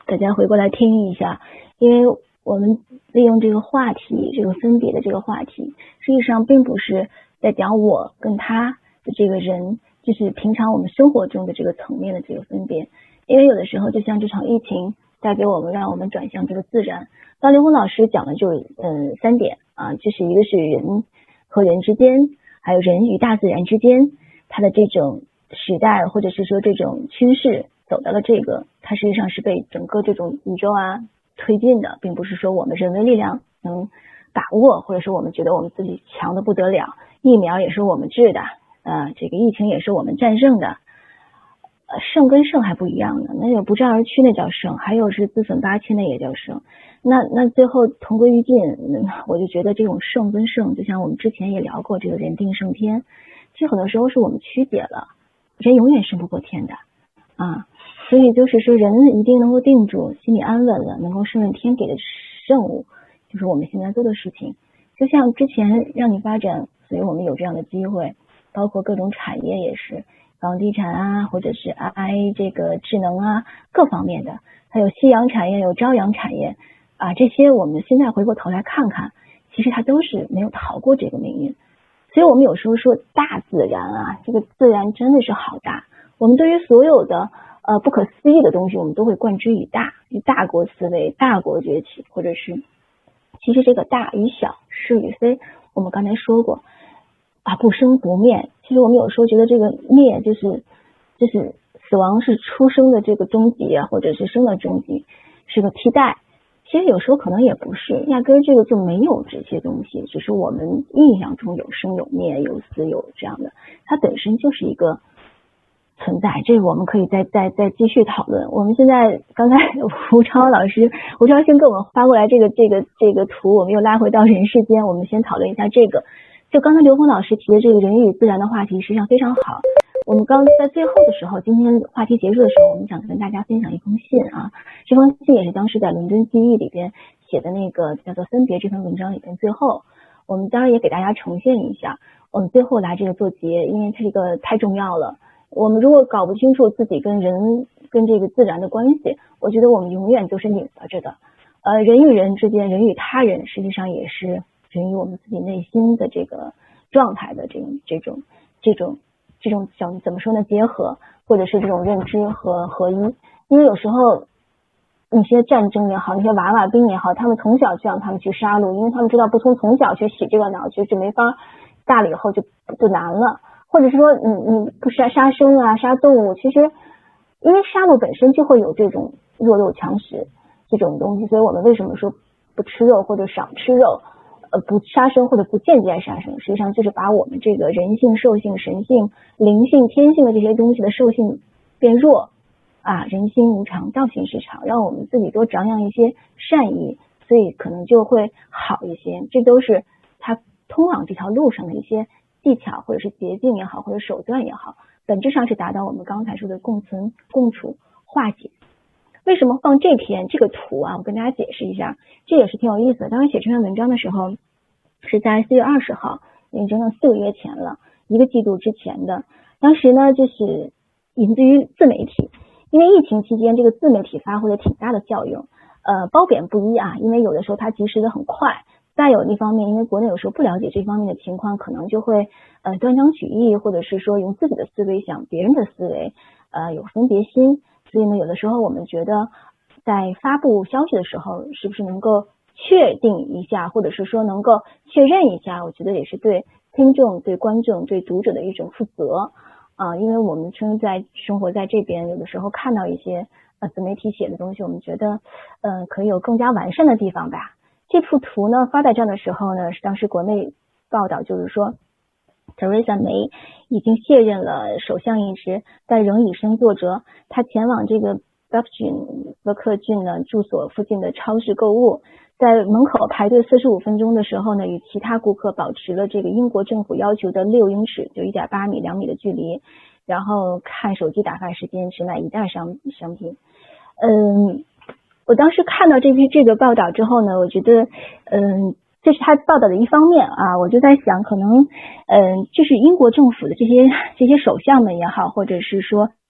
Speaker 2: 大家回过来听一下，因为我们利用这个话题，这个分别的这个话题，实际上并不是在讲我跟他的这个人，就是平常我们生活中的这个层面的这个分别。因为有的时候就像这场疫情带给我们，让我们转向这个自然。刚刘峰老师讲的就是3点啊，就是一个是人和人之间，还有人与大自然之间，它的这种时代或者是说这种趋势走到了这个，它实际上是被整个这种宇宙推进的，并不是说我们人为力量能把握，或者说我们觉得我们自己强的不得了，疫苗也是我们治的，这个疫情也是我们战胜的。胜跟胜还不一样呢，那有不战而屈那叫胜，还有是自损8000的也叫胜。那最后同归于尽，我就觉得这种胜跟胜，就像我们之前也聊过这个人定胜天，其实很多时候是我们曲解了，人永远胜不过天的啊。所以就是说人一定能够定住，心里安稳了，能够胜任天给的任务，就是我们现在做的事情。就像之前让你发展，所以我们有这样的机会，包括各种产业也是。房地产或者是 AI 这个智能各方面的，还有夕阳产业，有朝阳产业这些我们现在回过头来看看，其实它都是没有逃过这个命运。所以我们有时候说大自然这个自然真的是好大。我们对于所有的不可思议的东西，我们都会冠之以大，以大国思维，大国崛起，或者是其实这个大与小，是与非，我们刚才说过。不生不灭。其实我们有时候觉得这个灭就是死亡是出生的这个终极或者是生的终极，是个替代。其实有时候可能也不是，压根这个就没有这些东西，只是我们印象中有生有灭有死有这样的，它本身就是一个存在。这个我们可以再继续讨论。我们现在刚才吴超先给我们发过来这个图，我们又拉回到人世间，我们先讨论一下这个。就刚才刘峰老师提的这个人与自然的话题实际上非常好。我们刚在最后的时候，今天话题结束的时候，我们想跟大家分享一封信这封信也是当时在伦敦记忆里边写的那个叫做分别这篇文章里边，最后我们当然也给大家呈现一下。我们最后来这个做结，因为这个太重要了。我们如果搞不清楚自己跟人跟这个自然的关系，我觉得我们永远就是拧巴着的。人与人之间，人与他人，实际上也是人与我们自己内心的这个状态的这种想怎么说呢，结合，或者是这种认知和合一。因为有时候那些战争也好，那些娃娃兵也好，他们从小就让他们去杀戮，因为他们知道不从小去洗这个脑，就没法，大了以后就难了。或者是说你不杀生杀动物，其实因为杀戮本身就会有这种弱肉强食这种东西，所以我们为什么说不吃肉或者少吃肉，不杀生或者不间接杀生，实际上就是把我们这个人性、兽性、神性、灵性、天性的这些东西的兽性变弱人心无常，道行失常，让我们自己多长养一些善意，所以可能就会好一些。这都是他通往这条路上的一些技巧，或者是捷径也好，或者手段也好，本质上是达到我们刚才说的共存、共处、化解。为什么放这个图我跟大家解释一下，这也是挺有意思的。当时写这篇文章的时候是在4月20号，已经整整4个月前了，1个季度之前的。当时呢就是引自于自媒体，因为疫情期间这个自媒体发挥了挺大的效用，褒贬不一因为有的时候它及时的很快，再有一方面因为国内有时候不了解这方面的情况，可能就会断章取义，或者是说用自己的思维想别人的思维，有分别心。所以呢有的时候我们觉得在发布消息的时候，是不是能够确定一下，或者是说能够确认一下，我觉得也是对听众、对观众、对读者的一种负责因为我们生活在这边，有的时候看到一些自媒体写的东西，我们觉得可以有更加完善的地方吧。这幅图呢发在这样的时候呢，是当时国内报道就是说Theresa May 已经卸任了首相一职，但仍以身作则。他前往这个伯克郡呢住所附近的超市购物，在门口排队45分钟的时候呢，与其他顾客保持了这个英国政府要求的6英尺，就1.8米、2米的距离，然后看手机打发时间，只买一袋商品。我当时看到这个报道之后呢，我觉得这是他报道的一方面我就在想，可能就是英国政府的这些首相们也好，或者是说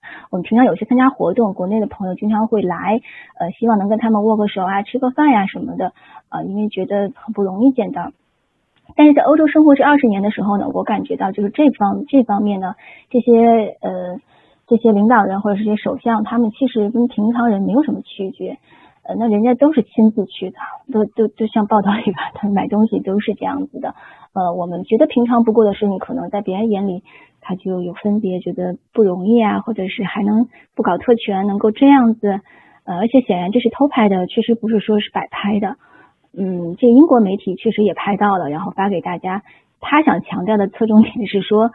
Speaker 2: 我们平常有些参加活动，国内的朋友经常会来，希望能跟他们握个手啊，吃个饭呀什么的，因为觉得很不容易见到。但是在欧洲生活这20年的时候呢，我感觉到就是这方面呢，这些领导人或者是这些首相，他们其实跟平常人没有什么区别。那人家都是亲自去的，都像报道里吧，他们买东西都是这样子的。我们觉得平常不过的事情，可能在别人眼里他就有分别，觉得不容易啊，或者是还能不搞特权，能够这样子。而且显然这是偷拍的，确实不是说是摆拍的。这英国媒体确实也拍到了，然后发给大家。他想强调的侧重点是说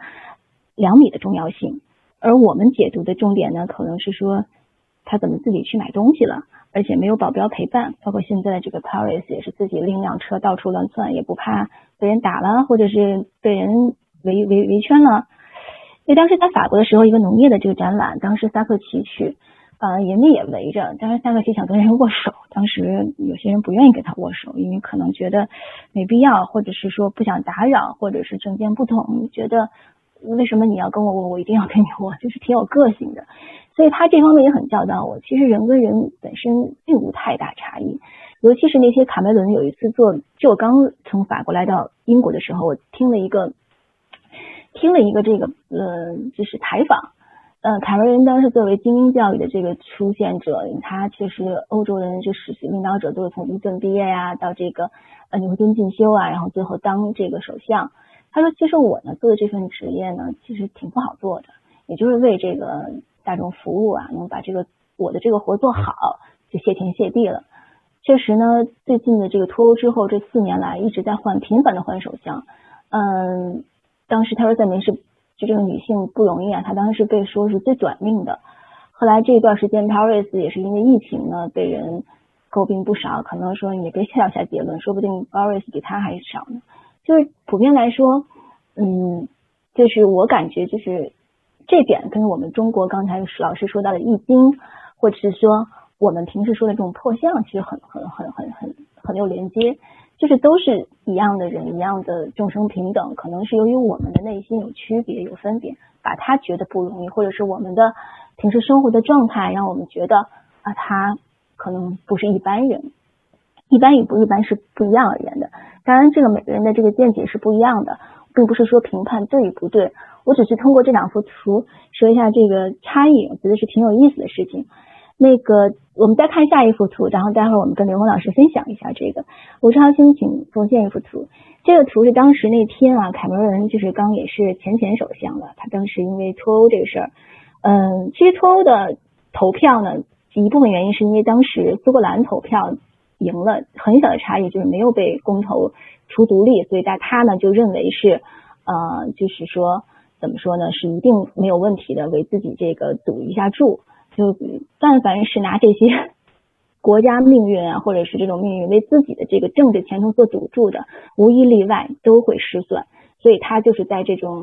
Speaker 2: 2米的重要性，而我们解读的重点呢，可能是说他怎么自己去买东西了，而且没有保镖陪伴，包括现在的这个 Paris 也是自己拎辆车到处乱窜，也不怕被人打了，或者是被人围圈了。所以当时在法国的时候，一个农业的这个展览，当时萨科齐去，人家也围着，当时萨科齐想跟人握手，当时有些人不愿意跟他握手，因为可能觉得没必要，或者是说不想打扰，或者是政见不同，觉得为什么你要跟我握，我一定要跟你握，就是挺有个性的。所以他这方面也很教导我，其实人跟人本身并无太大差异，尤其是那些卡梅伦有一次就我刚从法国来到英国的时候，我听了一个这个就是采访，卡梅伦当时作为精英教育的这个出现者，他确实欧洲人就是领导者都是从伊顿毕业呀，到这个牛顿进修啊，然后最后当这个首相。他说其实我呢做的这份职业呢其实挺不好做的，也就是为这个大众服务啊，能把我的这个活做好，就谢天谢地了。确实呢，最近的这个脱欧之后，这4年来一直在频繁的换首相。当时Theresa May就这个女性不容易啊，她当时被说是最短命的。后来这一段时间 Paris 也是因为疫情呢被人诟病不少，可能说你别跳下结论，说不定 Boris 比他还少呢。就是普遍来说，就是我感觉就是这点跟我们中国刚才老师说到的易经，或者是说我们平时说的这种破相，其实很有连接，就是都是一样的人，一样的众生平等，可能是由于我们的内心有区别有分别，把他觉得不容易，或者是我们的平时生活的状态让我们觉得他可能不是一般人。一般与不一般是不一样而言的，当然这个每个人的这个见解是不一样的，并不是说评判对与不对，我只是通过这2幅图说一下这个差异，我觉得是挺有意思的事情。我们再看下一幅图，然后待会儿我们跟刘红老师分享一下这个。吴超兴请奉献一幅图，这个图是当时那天卡梅伦就是刚也是前首相了，他当时因为脱欧这个事儿，其实脱欧的投票呢，一部分原因是因为当时苏格兰投票赢了，很小的差异，就是没有被公投出独立，所以他呢就认为是就是说怎么说呢，是一定没有问题的，为自己这个赌一下注，就但凡是拿这些国家命运啊，或者是这种命运为自己的这个政治前途做赌注的，无一例外都会失算，所以他就是在这种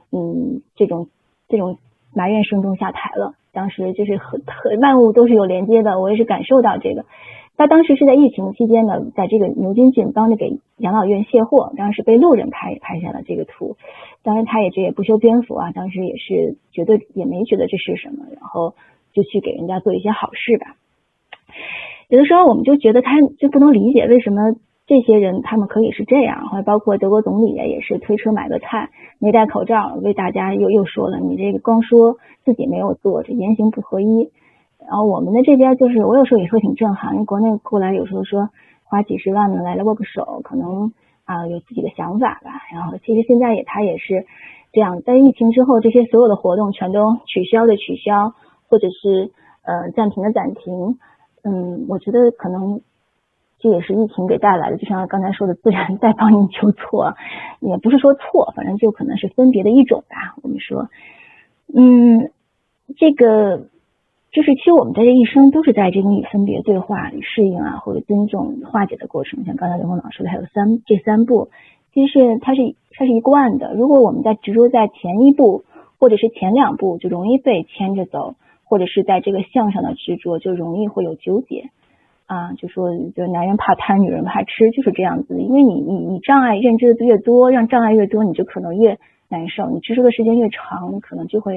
Speaker 2: 埋怨声中下台了。当时就是万物都是有连接的，我也是感受到这个。他当时是在疫情期间呢，在这个牛津郡帮着给养老院卸货，当时被路人拍下了这个图。当然他也不修边幅啊，当时也是也没觉得这是什么，然后就去给人家做一些好事吧。有的时候我们就觉得他就不能理解为什么这些人他们可以是这样，或者包括德国总理也是推车买个菜没戴口罩，为大家又说了你这个光说自己没有做，这言行不合一。然后我们的这边就是我有时候也会挺震撼，因为国内过来有时候说花几十万呢来握个手，可能有自己的想法吧。然后其实现在他也是这样，在疫情之后这些所有的活动全都取消，或者是暂停的暂停。我觉得可能这也是疫情给带来的，就像刚才说的自然在帮你纠错，也不是说错，反正就可能是分别的一种吧。我们说这个就是其实我们在这一生都是在这种与分别对话与适应啊，或者尊重化解的过程。像刚才刘红老师说的还有这三步，其实它是一贯的。如果我们在执着在前一步或者是前2步，就容易被牵着走，或者是在这个向上的执着就容易会有纠结就说就男人怕贪女人怕吃，就是这样子。因为你障碍认知的越多，让障碍越多，你就可能越难受，你执着的时间越长，你可能就会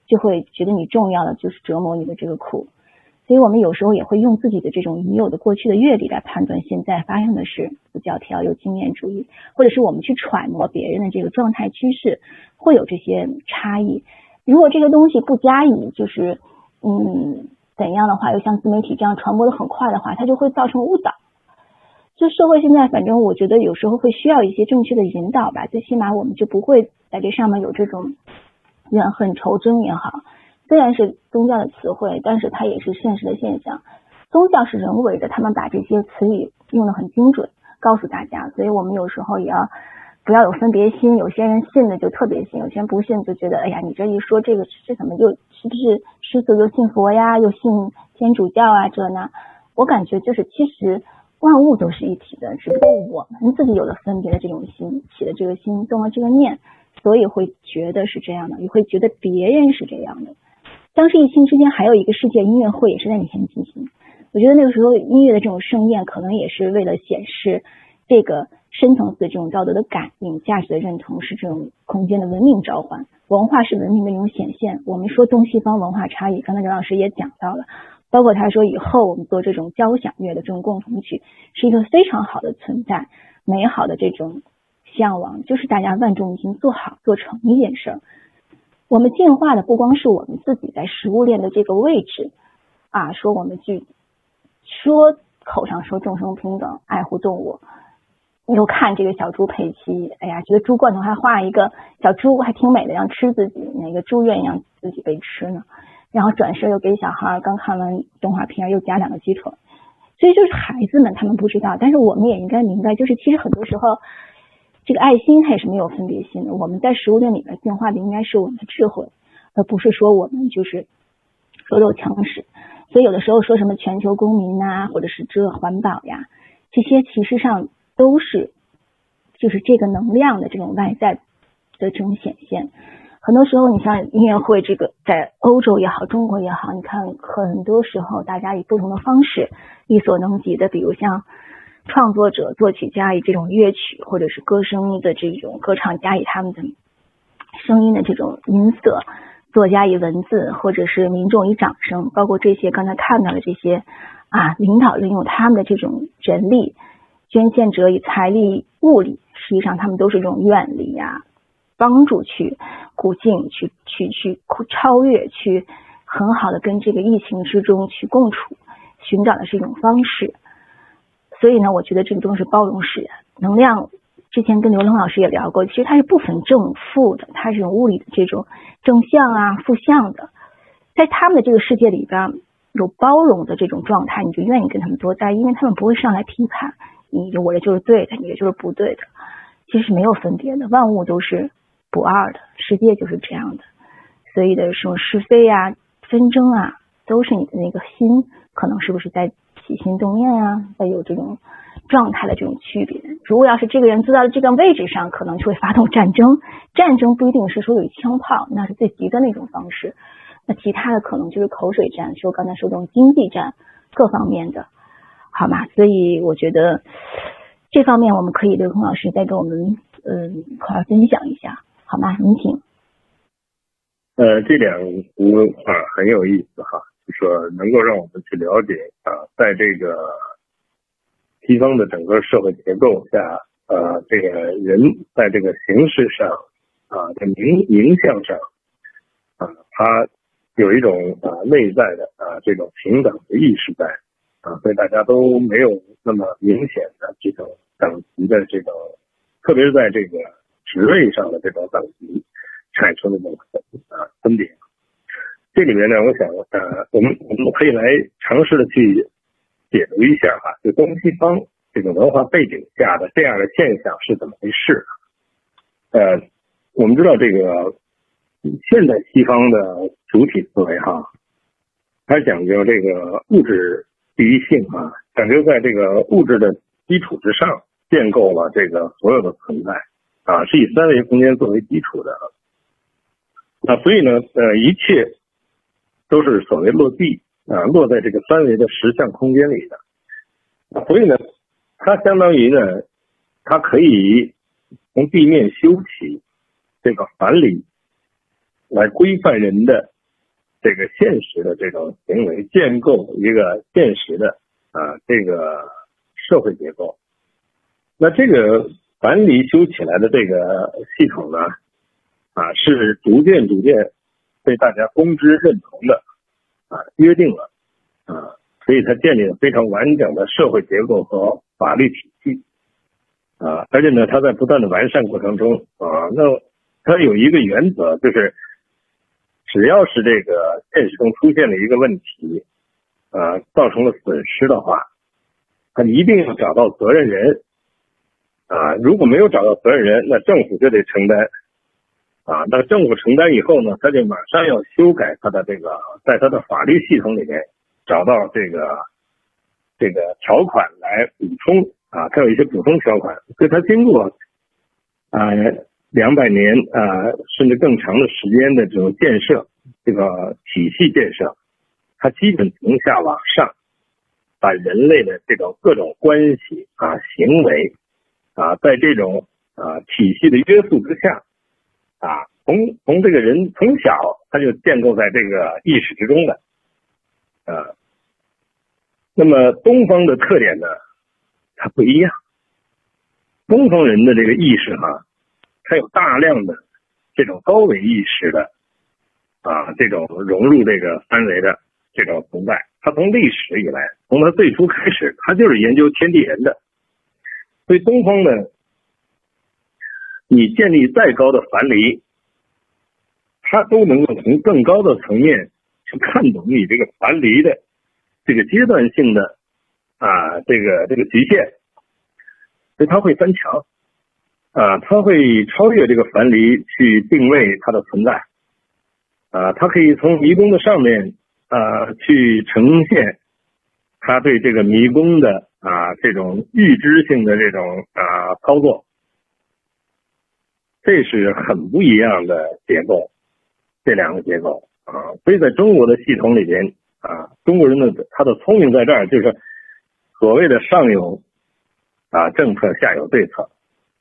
Speaker 2: 就会觉得你重要的就是折磨你的这个苦。所以我们有时候也会用自己的这种已有的过去的阅历来判断现在发生的事，不教条有经验主义，或者是我们去揣摩别人的这个状态趋势，会有这些差异。如果这个东西不加以就是怎样的话，又像自媒体这样传播的很快的话，它就会造成误导。就社会现在反正我觉得有时候会需要一些正确的引导吧，最起码我们就不会在这上面有这种怨恨仇争也好，虽然是宗教的词汇，但是它也是现实的现象。宗教是人为的，他们把这些词语用得很精准，告诉大家，所以我们有时候也要不要有分别心，有些人信的就特别信，有些人不信就觉得哎呀，你这一说这个是怎么是不是师祖又信佛呀，又信天主教啊这那。我感觉就是其实万物都是一体的，只不过我们自己有了分别的这种心，起了这个心，动了这个念，所以会觉得是这样的，也会觉得别人是这样的。当时疫情之间还有一个世界音乐会也是在那天进行，我觉得那个时候音乐的这种盛宴可能也是为了显示这个深层次的这种道德的感应，价值的认同是这种空间的文明召唤，文化是文明的一种显现。我们说东西方文化差异，刚才任老师也讲到了，包括他说以后我们做这种交响乐的这种共同曲是一个非常好的存在，美好的这种向往，就是大家万众一心做好做成一件事儿。我们进化的不光是我们自己在食物链的这个位置啊，说我们去说口上说众生平等爱护动物，又看这个小猪佩奇，哎呀觉得猪罐头还画一个小猪还挺美的，让吃自己，哪个猪愿意让自己被吃呢？然后转身又给小孩刚看完动画片又夹2个鸡腿。所以就是孩子们他们不知道，但是我们也应该明白，就是其实很多时候这个爱心它也是没有分别心的。我们在食物链里面进化的应该是我们的智慧，而不是说我们就是弱肉强食。所以有的时候说什么全球公民啊，或者是这环保呀，这些其实上都是就是这个能量的这种外在的这种显现。很多时候你像音乐会这个在欧洲也好中国也好，你看很多时候大家以不同的方式力所能及的，比如像创作者作曲家以这种乐曲或者是歌声的这种歌唱家以他们的声音的这种音色，作家以文字，或者是民众以掌声，包括这些刚才看到的这些领导人用他们的这种人力，捐献者以财力物力，实际上他们都是这种愿力帮助去鼓劲去超越，去很好的跟这个疫情之中去共处，寻找的是一种方式。所以呢，我觉得这个都是包容式能量。之前跟刘龙老师也聊过，其实它是不分正负的，它是用物理的这种正向负向的。在他们的这个世界里边有包容的这种状态，你就愿意跟他们多待，因为他们不会上来批判你，我这就是对的，你这就是不对的，其实是没有分别的，万物都是不二的，世界就是这样的。所以的说是非纷争都是你的那个心可能是不是在起心动念在有这种状态的这种区别。如果要是这个人坐到了这个位置上，可能就会发动战争，战争不一定是说有枪炮，那是最极端的一种方式，那其他的可能就是口水战，说刚才说这种经济战各方面的，好吗？所以我觉得这方面我们可以刘空老师再给我们快分享一下，好吗？您请。
Speaker 3: 这两幅很有意思就说能够让我们去了解在这个西方的整个社会结构下这个人在这个形式上在形象上他有一种内在的这种平等的意识在所以大家都没有那么明显的这种等级的这种，特别是在这个职位上的这种等级产生的这种分别。这里面呢，我想我们可以来尝试的去解读一下就东西方这个文化背景下的这样的现象是怎么回事。我们知道这个现代西方的主体思维它讲究这个物质第一性讲究在这个物质的基础之上建构了这个所有的存在是以三维空间作为基础的。所以呢一切都是所谓落地落在这个三维的实相空间里的。所以呢它相当于呢它可以从地面修起这个反理来规范人的这个现实的这种行为，建构一个现实的这个社会结构。那这个樊篱修起来的这个系统呢，是逐渐被大家公知认同的约定了所以它建立了非常完整的社会结构和法律体系而且呢，它在不断的完善过程中那它有一个原则，就是只要是这个现实中出现了一个问题造成了损失的话，它一定要找到责任人如果没有找到责任人，那政府就得承担那政府承担以后呢，他就马上要修改他的这个，在他的法律系统里面找到这个条款来补充它有一些补充条款，所以它经过200年甚至更长的时间的这种建设，这个体系建设，它基本从下往上把人类的这种各种关系行为在这种体系的约束之下从这个人从小他就建构在这个意识之中的那么东方的特点呢，它不一样。东方人的这个意识它有大量的这种高维意识的这种融入这个三维的这种存在。它从历史以来，从它最初开始，它就是研究天地人的。所以东方呢，你建立再高的樊篱，它都能够从更高的层面去看懂你这个樊篱的这个阶段性的这个局限，所以它会翻墙它会超越这个樊篱去定位它的存在它可以从迷宫的上面去呈现它对这个迷宫的这种预知性的这种操作，这是很不一样的结构，这两个结构所以在中国的系统里边中国人的他的聪明在这儿，就是所谓的上有政策，下有对策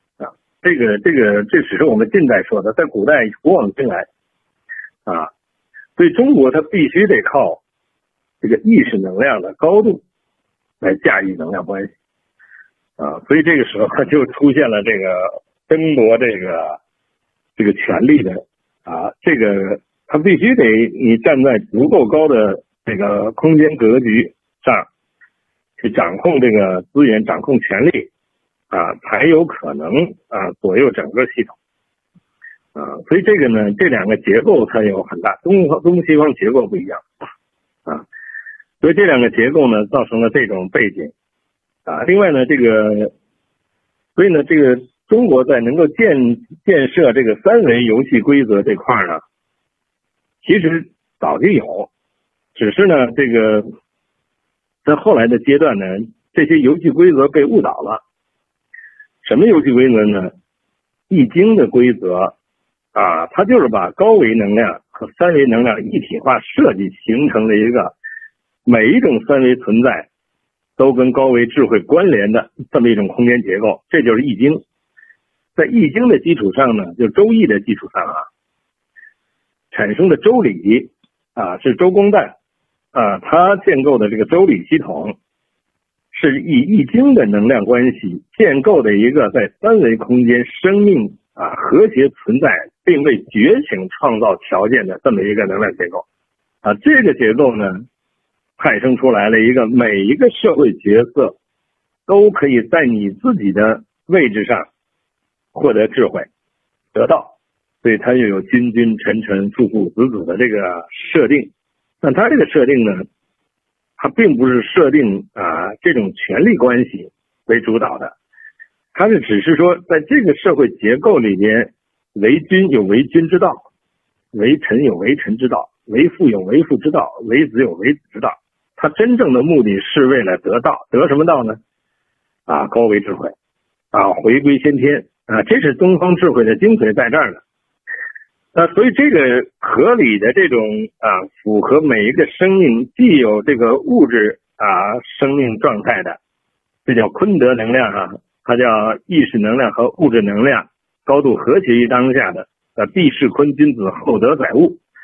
Speaker 3: 这只是我们近代说的，在古代古往今来所以中国它必须得靠这个意识能量的高度来驾驭能量关系所以这个时候就出现了这个争夺这个权力的这个它必须得你站在足够高的这个空间格局上去掌控这个资源，掌控权力才有可能左右整个系统所以这个呢，这两个结构它有很大东西方结构不一样所以这两个结构呢造成了这种背景另外呢所以呢这个中国在能够建设这个三维游戏规则这块呢，其实早就有，只是呢这个在后来的阶段呢，这些游戏规则被误导了。什么游戏规则呢？易经的规则它就是把高维能量和三维能量一体化设计，形成了一个每一种三维存在都跟高维智慧关联的这么一种空间结构，这就是易经。在易经的基础上呢，就周易的基础上产生的周礼是周公旦他建构的这个周礼系统，是以易经的能量关系建构的一个在三维空间生命和谐存在并为觉醒创造条件的这么一个能量结构这个结构呢派生出来了一个每一个社会角色都可以在你自己的位置上获得智慧得道，所以它又有君君臣臣父父子子的这个设定。那它这个设定呢，它并不是设定这种权力关系为主导的，它是只是说在这个社会结构里边，为君有为君之道，为臣有为臣之道，为父有为父之道，为子有为子之道。它真正的目的是为了得道，得什么道呢？高维智慧回归先天这是东方智慧的精髓在这儿的。所以这个合理的这种符合每一个生命既有这个物质生命状态的，这叫坤德能量它叫意识能量和物质能量高度和谐于当下的必是坤君子厚德载物。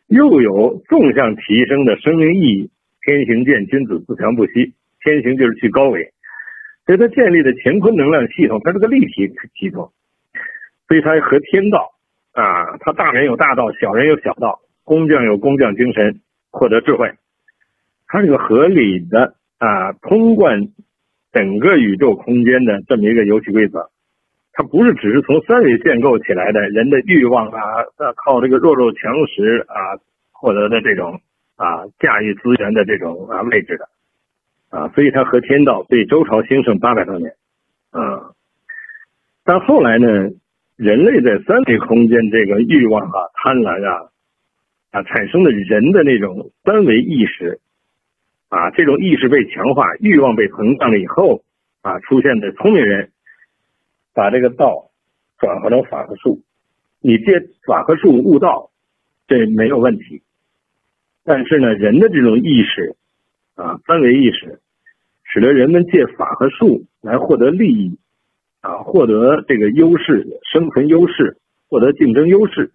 Speaker 3: 又有纵向提升的生命意义。天行健，君子自强不息。天行就是去高维，所以它建立的乾坤能量系统，它是个立体系统，所以它和天道啊，它大人有大道，小人有小道，工匠有工匠精神，获得智慧。它是个合理的通贯整个宇宙空间的这么一个游戏规则。它不是只是从三维建构起来的人的欲望靠这个弱肉强食获得的这种驾驭资源的这种位置的所以它和天道，所以周朝兴盛800多年但后来呢，人类在三维空间这个欲望贪婪产生的人的那种三维意识这种意识被强化，欲望被膨胀了以后出现的聪明人把这个道转化成法和术，你借法和术悟道，这没有问题。但是呢，人的这种意识三维意识，使得人们借法和术来获得利益获得这个优势，生存优势，获得竞争优势。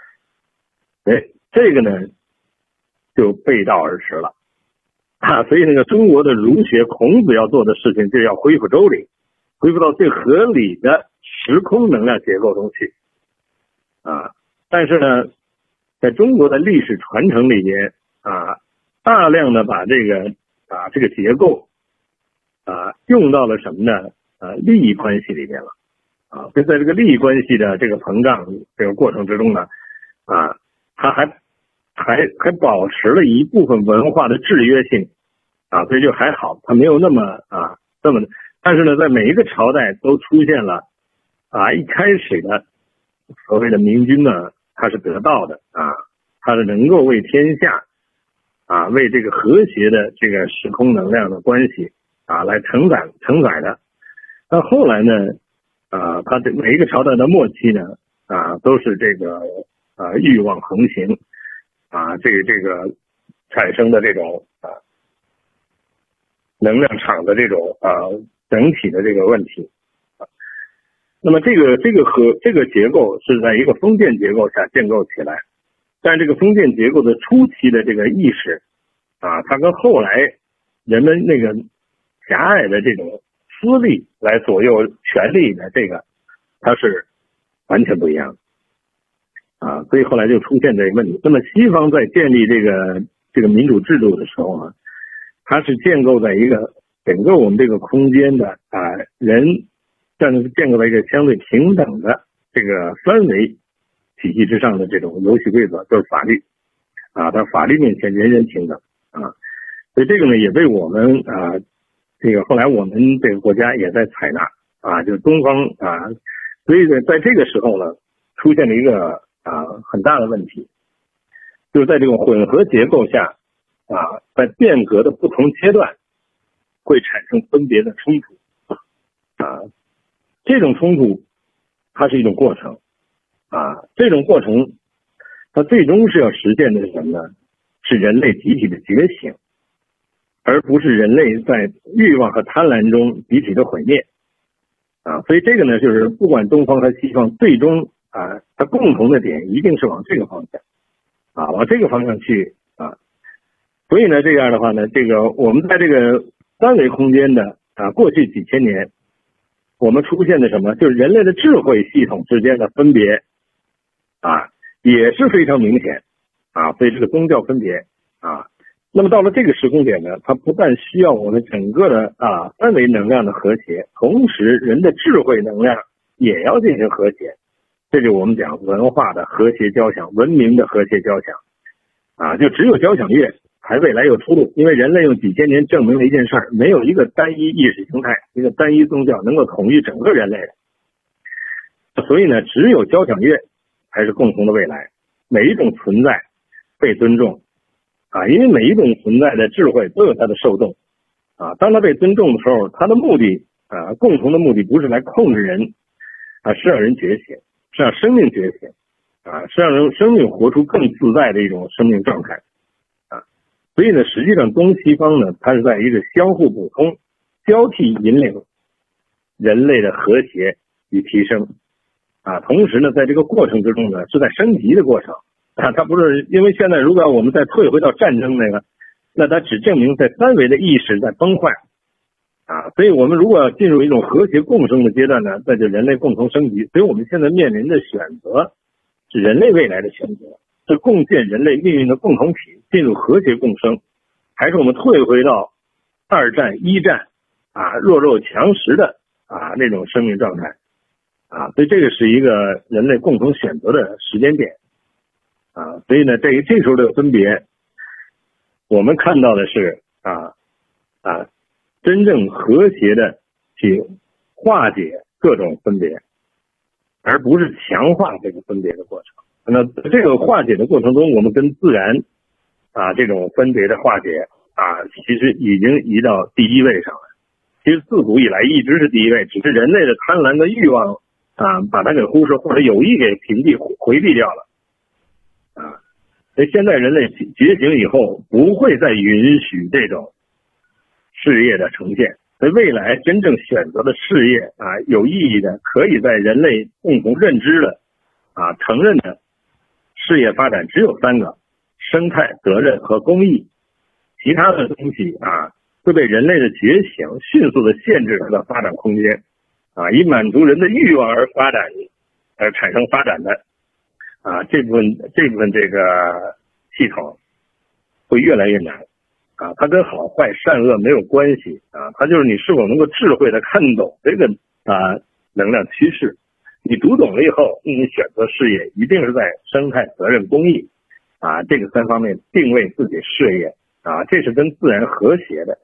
Speaker 3: 这个呢就背道而驰了所以那个中国的儒学，孔子要做的事情就是要恢复周礼，恢复到最合理的时空能量结构中去但是呢，在中国的历史传承里边大量的把这个结构用到了什么呢利益关系里边了所以在这个利益关系的这个膨胀这个过程之中呢它还保持了一部分文化的制约性所以就还好，它没有那么这么。但是呢，在每一个朝代都出现了一开始的所谓的明君呢，他是得道的他是能够为天下为这个和谐的这个时空能量的关系来承载的。但后来呢他这每一个朝代的末期呢都是这个欲望横行这个产生的这种能量场的这种整体的这个问题那么这个结构是在一个封建结构下建构起来，但这个封建结构的初期的这个意识它跟后来人们那个狭隘的这种私利来左右权力的这个，它是完全不一样的所以后来就出现这个问题。那么西方在建立这个民主制度的时候呢，它是建构在一个整个我们这个空间的人建构在一个相对平等的这个三维体系之上的这种游戏规则，就是法律在法律面前人人平等所以这个呢也被我们这个后来我们这个国家也在采纳就是东方所以在这个时候呢出现了一个很大的问题，就是在这种混合结构下在变革的不同阶段会产生分别的冲突这种冲突它是一种过程这种过程它最终是要实现的是什么呢？是人类集体的觉醒，而不是人类在欲望和贪婪中集体的毁灭所以这个呢就是不管东方和西方最终它共同的点一定是往这个方向往这个方向去所以呢这样的话呢，这个我们在这个三维空间的过去几千年我们出现的什么，就是人类的智慧系统之间的分别也是非常明显所以这个宗教分别那么到了这个时空点呢，它不但需要我们整个的三维能量的和谐，同时人的智慧能量也要进行和谐，这就是我们讲文化的和谐交响，文明的和谐交响就只有交响乐才未来有出路，因为人类用几千年证明了一件事儿，没有一个单一意识形态，一个单一宗教能够统一整个人类的，所以呢只有交响乐才是共同的未来，每一种存在被尊重因为每一种存在的智慧都有它的受众当它被尊重的时候，它的目的共同的目的不是来控制人是让人觉醒，是让生命觉醒是让人生命活出更自在的一种生命状态所以呢实际上东西方呢它是在一个相互补充交替引领人类的和谐与提升同时呢在这个过程之中呢是在升级的过程它不是因为现在如果我们再退回到战争那个，那它只证明在三维的意识在崩坏所以我们如果要进入一种和谐共生的阶段呢，那就人类共同升级。所以我们现在面临的选择是人类未来的选择，是共建人类命运的共同体，进入和谐共生，还是我们退回到二战一战弱肉强食的那种生命状态所以这个是一个人类共同选择的时间点所以呢这时候的分别，我们看到的是真正和谐的去化解各种分别，而不是强化这个分别的过程。那这个化解的过程中，我们跟自然这种分别的化解其实已经移到第一位上来。其实自古以来一直是第一位，只是人类的贪婪的欲望把它给忽视，或者有意给屏蔽回避掉了所以现在人类觉醒以后，不会再允许这种事业的呈现。所以未来真正选择的事业有意义的，可以在人类共同认知的承认的事业发展只有3个：生态、责任和公益。其他的东西会被人类的觉醒迅速的限制它的发展空间以满足人的欲望而发展而产生发展的这部分这个系统会越来越难它跟好坏善恶没有关系它就是你是否能够智慧的看懂这个能量趋势。你读懂了以后，你选择事业一定是在生态、责任、公益这个3方面定位自己事业这是跟自然和谐的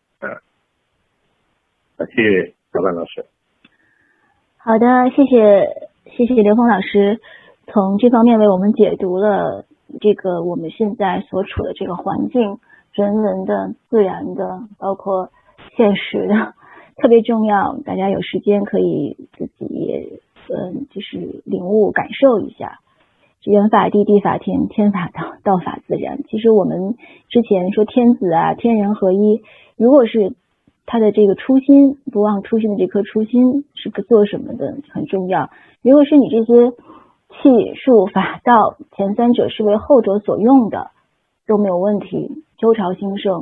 Speaker 3: 谢谢小范老师。
Speaker 2: 好的，谢谢刘峰老师从这方面为我们解读了这个我们现在所处的这个环境，人文的、自然的，包括现实的，特别重要。大家有时间可以自己也就是领悟感受一下。人法地，地法天，天法道，道法自然。其实我们之前说天子天人合一，如果是他的这个初心，不忘初心的这颗初心是个做什么的很重要。如果是你这些气术法道前3者是为后者所用的，都没有问题。周朝兴盛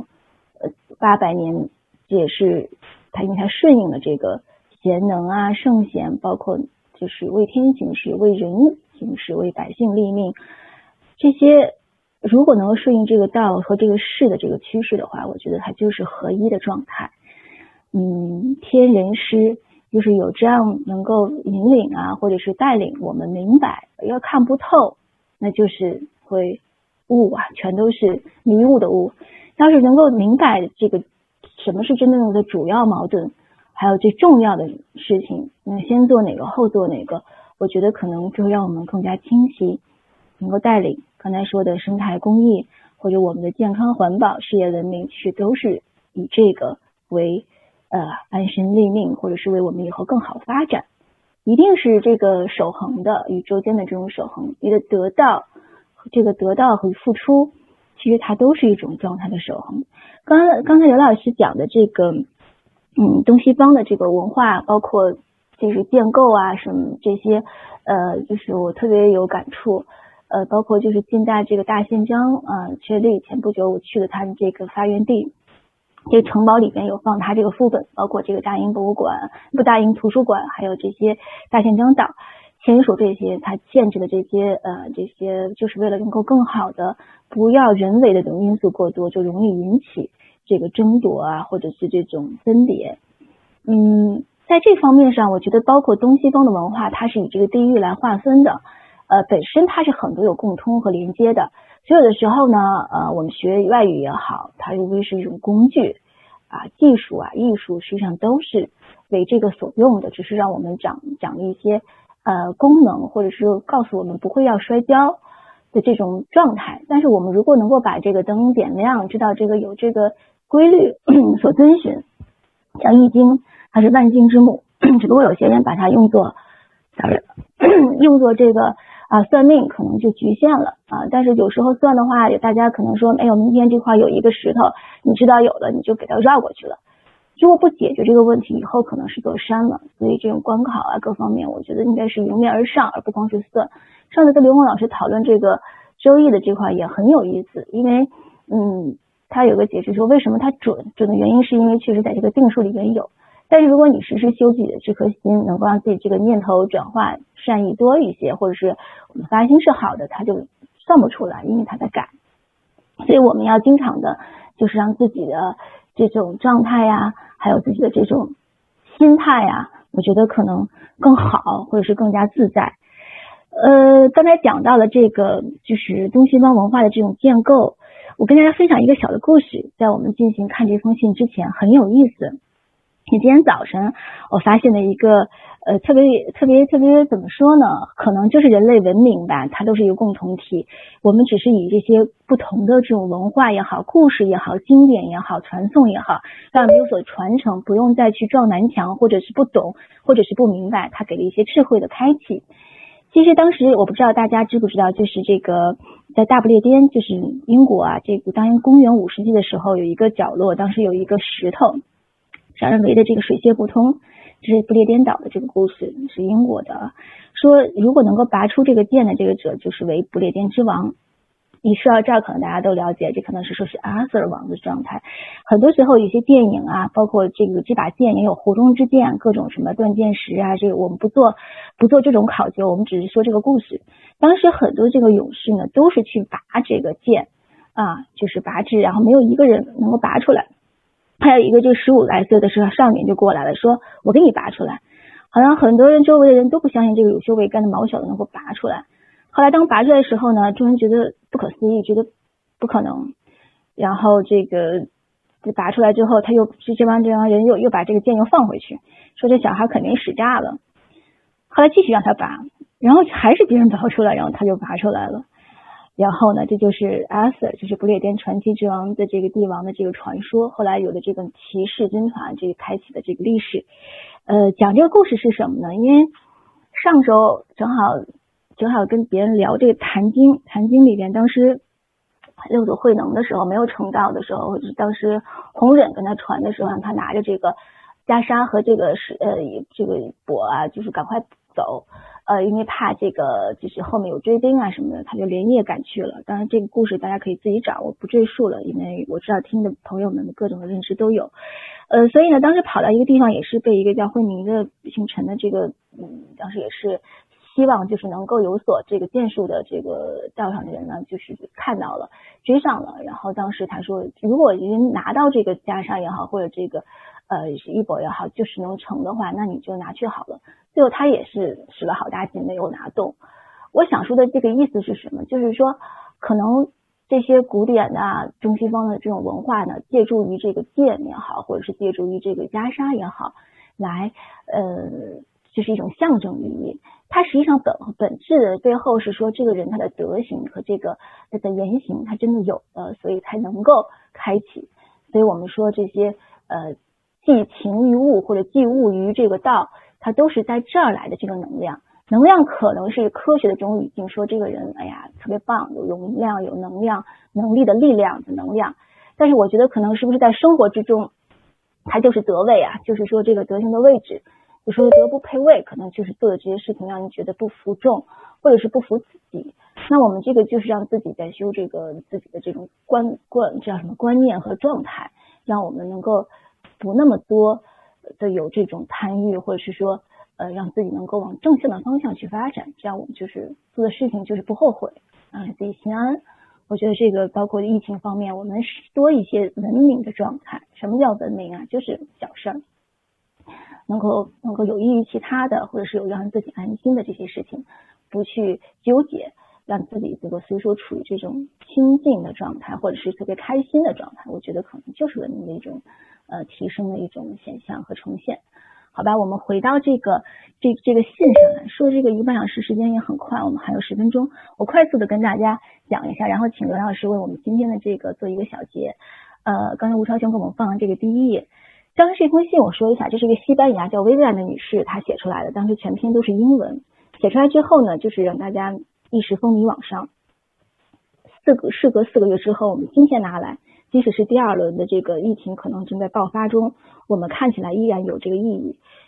Speaker 2: 800年，这也是他因为他顺应了这个贤能圣贤，包括就是为天行事，为人行事，为百姓立命，这些如果能够顺应这个道和这个事的这个趋势的话，我觉得它就是合一的状态。天人师就是有这样能够引领或者是带领我们明白。要看不透，那就是会雾全都是迷雾的雾。要是能够明白这个什么是真正的主要矛盾，还有最重要的事情，那先做哪个后做哪个，我觉得可能就会让我们更加清晰，能够带领刚才说的生态公益或者我们的健康环保事业文明，其实都是以这个为安身立命，或者是为我们以后更好发展。一定是这个守恒的，宇宙间的这种守恒，你的得到和付出，其实它都是一种状态的守恒。刚才刘老师讲的这个东西方的这个文化，包括就是建构什么这些就是我特别有感触。包括就是近代这个大宪章确立前不久我去了他的这个发源地，这个城堡里边有放他这个副本，包括这个大英大英图书馆，还有这些大宪章岛签署这些他限制的这些就是为了能够更好的不要人为的这种因素过多，就容易引起这个争夺或者是这种分别。在这方面上，我觉得包括东西方的文化，它是以这个地域来划分的，本身它是很多有共通和连接的。所以有的时候呢，我们学外语也好，它无非是一种工具技术艺术，实际上都是为这个所用的，只是让我们讲了一些功能，或者是告诉我们不会要摔跤的这种状态。但是我们如果能够把这个灯点亮，知道这个有这个规律所遵循，像易经它是万经之母，只不过有些人把它用作这个算命可能就局限了但是有时候算的话，大家可能说明天这块有一个石头，你知道有了你就给它绕过去了，如果不解决这个问题，以后可能是座山了。所以这种关考各方面，我觉得应该是迎面而上，而不光是算。上次跟刘红老师讨论这个收益的这块也很有意思，因为他有个解释说为什么它准的原因是因为确实在这个定数里面有，但是如果你时时修自己的这颗心，能够让自己这个念头转化善意多一些，或者是我们发心是好的，它就算不出来，因为它在改。所以我们要经常的就是让自己的这种状态呀，还有自己的这种心态呀，我觉得可能更好，或者是更加自在。刚才讲到了这个就是东西方文化的这种建构，我跟大家分享一个小的故事，在我们进行看这封信之前很有意思。今天早晨我发现了一个特别怎么说呢，可能就是人类文明吧，它都是一个共同体，我们只是以这些不同的这种文化也好，故事也好，经典也好，传颂也好，让我们有所传承，不用再去撞南墙，或者是不懂，或者是不明白，它给了一些智慧的开启。其实当时我不知道大家知不知道，就是这个在大不列颠，就是英国啊，这个当公元5世纪的时候，有一个角落，当时有一个石头，让人围的这个水泄不通，这是不列颠岛的这个故事，是英国的，说如果能够拔出这个剑的这个者，就是为不列颠之王。一说到这儿，可能大家都了解，这可能是说是 Arthur 王的状态。很多时候有些电影啊，包括这把剑也有湖中之剑，各种什么断剑石啊，这个我们不做这种考究，我们只是说这个故事。当时很多这个勇士呢，都是去拔这个剑啊，就是拔枝，然后没有一个人能够拔出来。还有一个这15来岁的时候少年就过来了，说我给你拔出来。好像很多人周围的人都不相信这个有修为干的毛小子能够拔出来。后来当拔出来的时候呢，众人觉得不可思议，觉得不可能。然后这个拔出来之后，他又这帮人又把这个剑又放回去，说这小孩肯定使诈了。后来继续让他拔，然后还是别人拔出来，然后他就拔出来了。然后呢，这就是 Arthur， 就是不列颠传奇之王的这个帝王的这个传说。后来有的这个骑士军团这个开启的这个历史。讲这个故事是什么呢？因为上周正好跟别人聊这个坛经里边，当时六祖慧能的时候没有成道的时候，或者当时弘忍跟他传的时候，让他拿着这个袈裟和这个钵啊，就是赶快走。因为怕这个就是后面有追兵啊什么的，他就连夜赶去了。当然这个故事大家可以自己找，我不赘述了，因为我知道听的朋友们各种的认识都有。所以呢，当时跑到一个地方，也是被一个叫慧明的姓陈的这个当时也是希望就是能够有所这个建树的这个道上的人呢，就是看到了，追上了。然后当时他说，如果人拿到这个袈裟也好，或者这个衣钵也好，就是能成的话，那你就拿去好了。最后他也是使了好大劲没有拿动。我想说的这个意思是什么？就是说可能这些古典的中西方的这种文化呢，借助于这个剑也好，或者是借助于这个袈裟也好，来就是一种象征意义。它实际上本质的背后是说，这个人他的德行和这个他的言行他真的有的，所以才能够开启。所以我们说这些寄情于物或者寄物于这个道，它都是在这儿来的这个能量。能量可能是科学的这种语境，说这个人哎呀特别棒，有容量，有能量，能力的力量的能量。但是我觉得可能是不是在生活之中，它就是德位啊，就是说这个德行的位置。有时候德不配位，可能就是做的这些事情让你觉得不服众，或者是不服自己。那我们这个就是让自己在修这个自己的这种叫什么观念和状态，让我们能够不那么多的有这种贪欲，或者是说让自己能够往正向的方向去发展，这样我们就是做的事情就是不后悔，让自己心安。我觉得这个包括疫情方面，我们多一些文明的状态。什么叫文明啊？就是小事儿，能够有益于其他的，或者是有让自己安心的这些事情，不去纠结，让自己能够随时处于这种清静的状态，或者是特别开心的状态。我觉得可能就是文明的一种提升的一种现象和呈现。好吧，我们回到这个信上来说，这个1个半小时时间也很快，我们还有10分钟，我快速的跟大家讲一下，然后请刘老师为我们今天的这个做一个小结。刚才吴超雄给我们放了这个第1页。当时这封信我说一下，这是一个西班牙叫薇薇安的女士她写出来的，当时全篇都是英文。写出来之后呢，就是让大家一时风靡网上。事隔4个月之后，我们今天拿来，即使是第2轮的这个疫情可能正在爆发中，我们看起来依然有这个意义。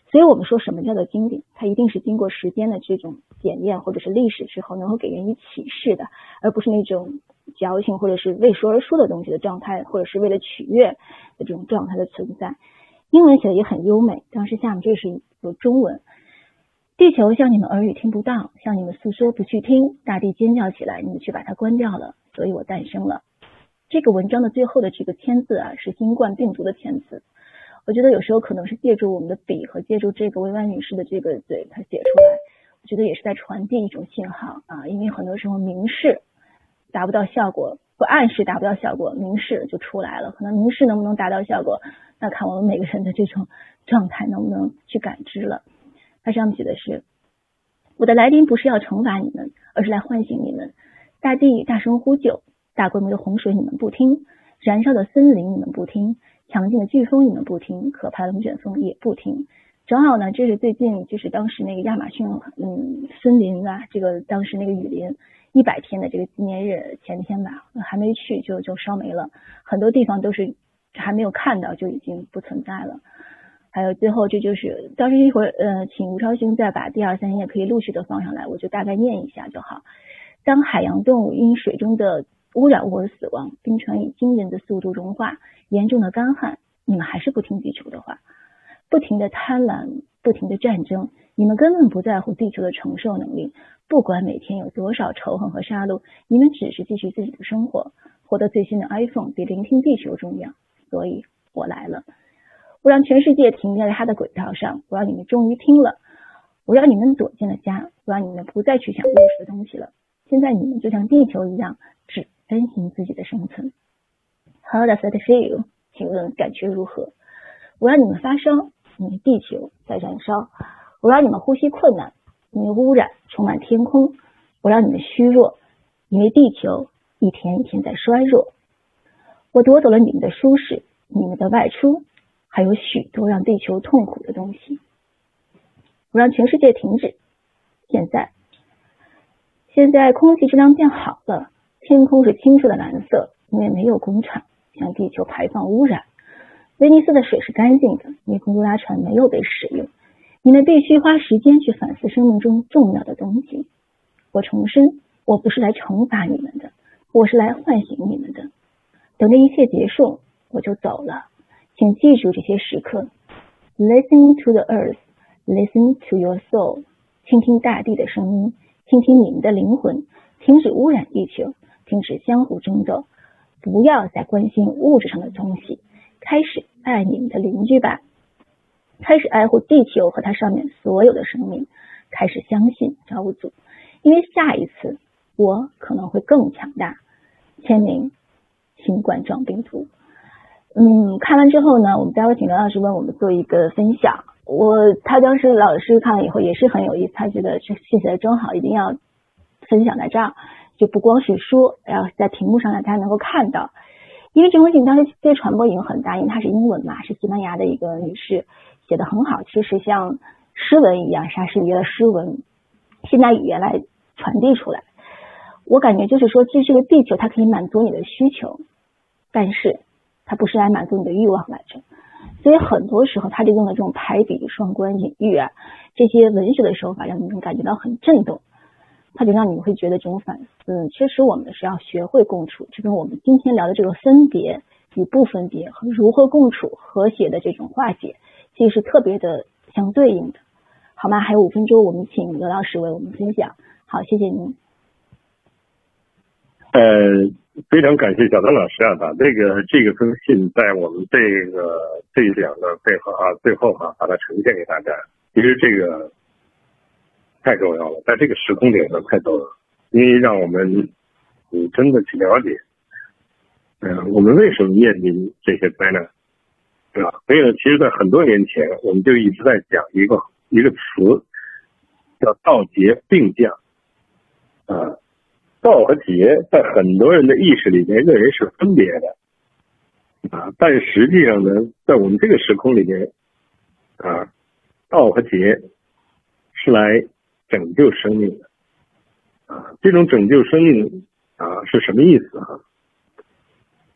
Speaker 2: 所以我们说什么叫做经典，它一定是经过时间的这种检验或者是历史之后能够给人以启示的，而不是那种矫情或者是为说而说的东西的状态，或者是为了取悦的这种状态的存在。英文写的也很优美，当时下面这是有中文。地球向你们耳语听不到，向你们诉说不去听，大地尖叫起来，你们却把它关掉了，所以我诞生了。这个文章的最后的这个签字啊，是新冠病毒的签字。我觉得有时候可能是借助我们的笔和借助这个薇婉女士的这个嘴，她写出来，我觉得也是在传递一种信号啊。因为很多时候明示达不到效果，或暗示达不到效果，明示就出来了。可能明示能不能达到效果，那看我们每个人的这种状态能不能去感知了。它上面写的是：我的来临不是要惩罚你们，而是来唤醒你们。大地大声呼救，大规模的洪水你们不听，燃烧的森林你们不听，强劲的飓风你们不听，可怕的龙卷风也不听。正好呢，这是最近就是当时那个亚马逊森林啊，这个当时那个雨林100天的这个纪念日前天吧，还没去就烧没了，很多地方都是还没有看到就已经不存在了。还有最后这就是当时一会儿请吴超星再把第2、3页可以陆续的放上来，我就大概念一下就好。当海洋动物因水中的污染物而死亡，冰川以惊人的速度融化，严重的干旱，你们还是不听地球的话，不停的贪婪，不停的战争，你们根本不在乎地球的承受能力，不管每天有多少仇恨和杀戮，你们只是继续自己的生活，获得最新的 iPhone 比聆听地球重要。所以我来了，我让全世界停在它的轨道上，我让你们终于听了，我让你们躲进了家，我让你们不再去想物质的东西了。现在你们就像地球一样，只担心自己的生存。How does it feel？ 请问感觉如何？我让你们发烧，因为地球在燃烧；我让你们呼吸困难，因为污染充满天空；我让你们虚弱，因为地球一天一天在衰弱。我夺走了你们的舒适，你们的外出，还有许多让地球痛苦的东西。我让全世界停止。现在空气质量变好了，天空是清澈的蓝色，因为没有工厂向地球排放污染。威尼斯的水是干净的，因为贡多拉船没有被使用。你们必须花时间去反思生命中重要的东西。我重申，我不是来惩罚你们的，我是来唤醒你们的。等这一切结束，我就走了。请记住这些时刻。Listen to the earth, listen to your soul. 倾听大地的声音，倾听你们的灵魂。停止污染地球，停止相互争斗，不要再关心物质上的东西，开始爱你们的邻居吧，开始爱护地球和它上面所有的生命，开始相信造物主，因为下一次我可能会更强大。签名：新冠状病毒。看完之后呢，我们待会请刘老师为我们做一个分享。他当时老师看了以后也是很有意思，他觉得这写的真好，一定要分享在这儿，就不光是说，然后在屏幕上呢大家能够看到。因为这封信当时对传播已经很大，因为它是英文嘛，是西班牙的一个女士写的很好，其实像诗文一样，莎士比亚的诗文现代语言来传递出来。我感觉就是说，其实这个地球它可以满足你的需求，但是它不是来满足你的欲望来着。所以很多时候他就用了这种排比、双关、隐喻啊这些文学的手法，让你们感觉到很震动，他就让你们会觉得这种反思。确实我们是要学会共处，这跟我们今天聊的这个分别与不分别和如何共处和谐的这种化解，其实是特别的相对应的，好吗？还有5分钟，我们请刘老师为我们分享。好，谢谢您。
Speaker 3: 非常感谢小丹老师啊，把这个封信在我们这一讲的背后啊，最后啊，把它呈现给大家。其实这个太重要了，在这个时空点上太重要了，因为让我们真的去了解，我们为什么面临这些灾难，对吧？所以呢，其实在很多年前，我们就一直在讲一个词，叫道劫并降，道和劫在很多人的意识里面认为是分别的但实际上呢，在我们这个时空里面道和劫是来拯救生命的这种拯救生命是什么意思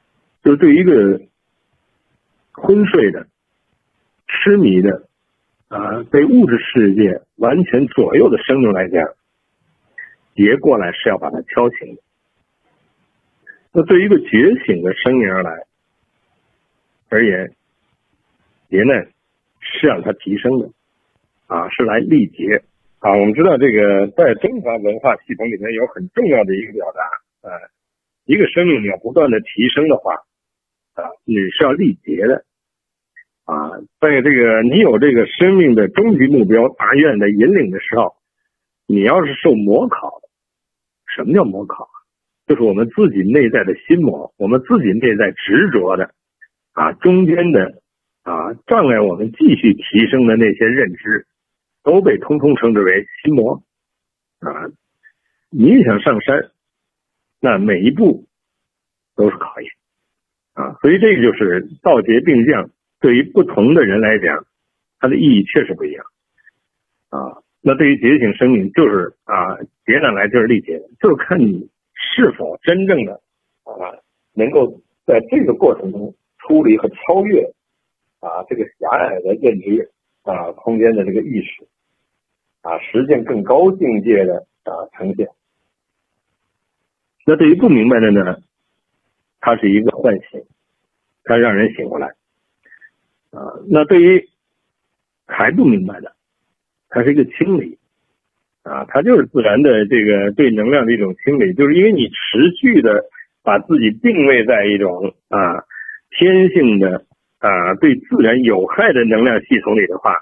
Speaker 3: 就是对于一个昏睡的、痴迷的被物质世界完全左右的生命来讲，劫过来是要把它敲醒的。那对于一个觉醒的生命而言，劫难是让它提升的是来历劫我们知道这个在中华文化系统里面有很重要的一个表达一个生命你要不断的提升的话你是要历劫的在这个你有这个生命的终极目标大愿的引领的时候，你要是受模考的。什么叫模考？就是我们自己内在的心魔，我们自己内在执着的中间的障碍我们继续提升的那些认知，都被通通称之为心魔你也想上山，那每一步都是考验所以这个就是道劫并降，对于不同的人来讲，它的意义确实不一样那对于觉醒生命就是劫难来就是历劫，就是看你是否真正的能够在这个过程中处理和超越这个狭隘的认知空间的这个意识实现更高境界的呈现。那对于不明白的呢，它是一个唤醒，它让人醒过来那对于还不明白的，它是一个清理它就是自然的这个对能量的一种清理，就是因为你持续的把自己定位在一种天性的对自然有害的能量系统里的话，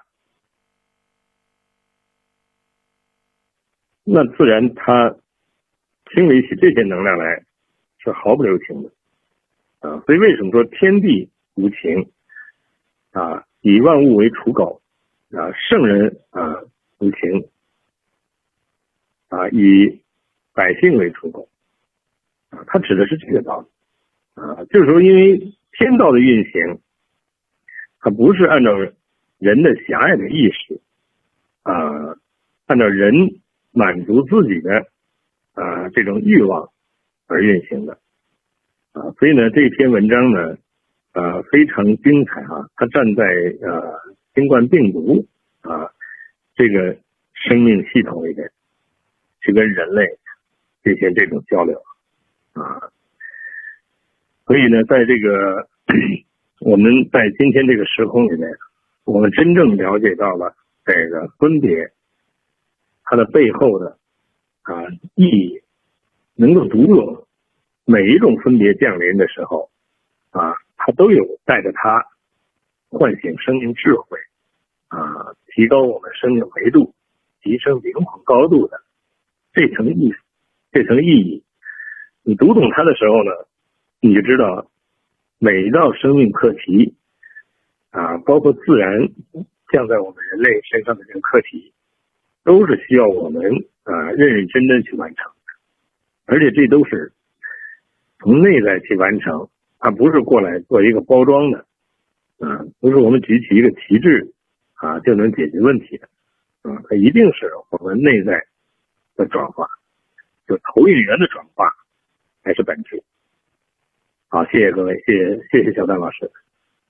Speaker 3: 那自然它清理起这些能量来是毫不留情的所以为什么说天地无情以万物为刍狗圣人无情以百姓为刍狗它指的是这个道理就是说因为天道的运行它不是按照人的狭隘的意识按照人满足自己的这种欲望而运行的所以呢这篇文章呢非常精彩它站在新冠病毒这个生命系统里面去跟人类进行这种交流所以呢在这个我们在今天这个时空里面，我们真正了解到了这个分别它的背后的意义，能够读懂每一种分别降临的时候它都有带着它唤醒生命智慧提高我们生命维度，提升灵魂高度的这层意思，这层意义。你读懂它的时候呢，你就知道每一道生命课题包括自然降在我们人类身上的这个课题，都是需要我们认认真真去完成的，而且这都是从内在去完成，它不是过来做一个包装的不是我们举起一个旗帜就能解决问题的它一定是我们内在的转化，就投影源的转化才是本质。好，谢谢各位，谢谢小丹老师。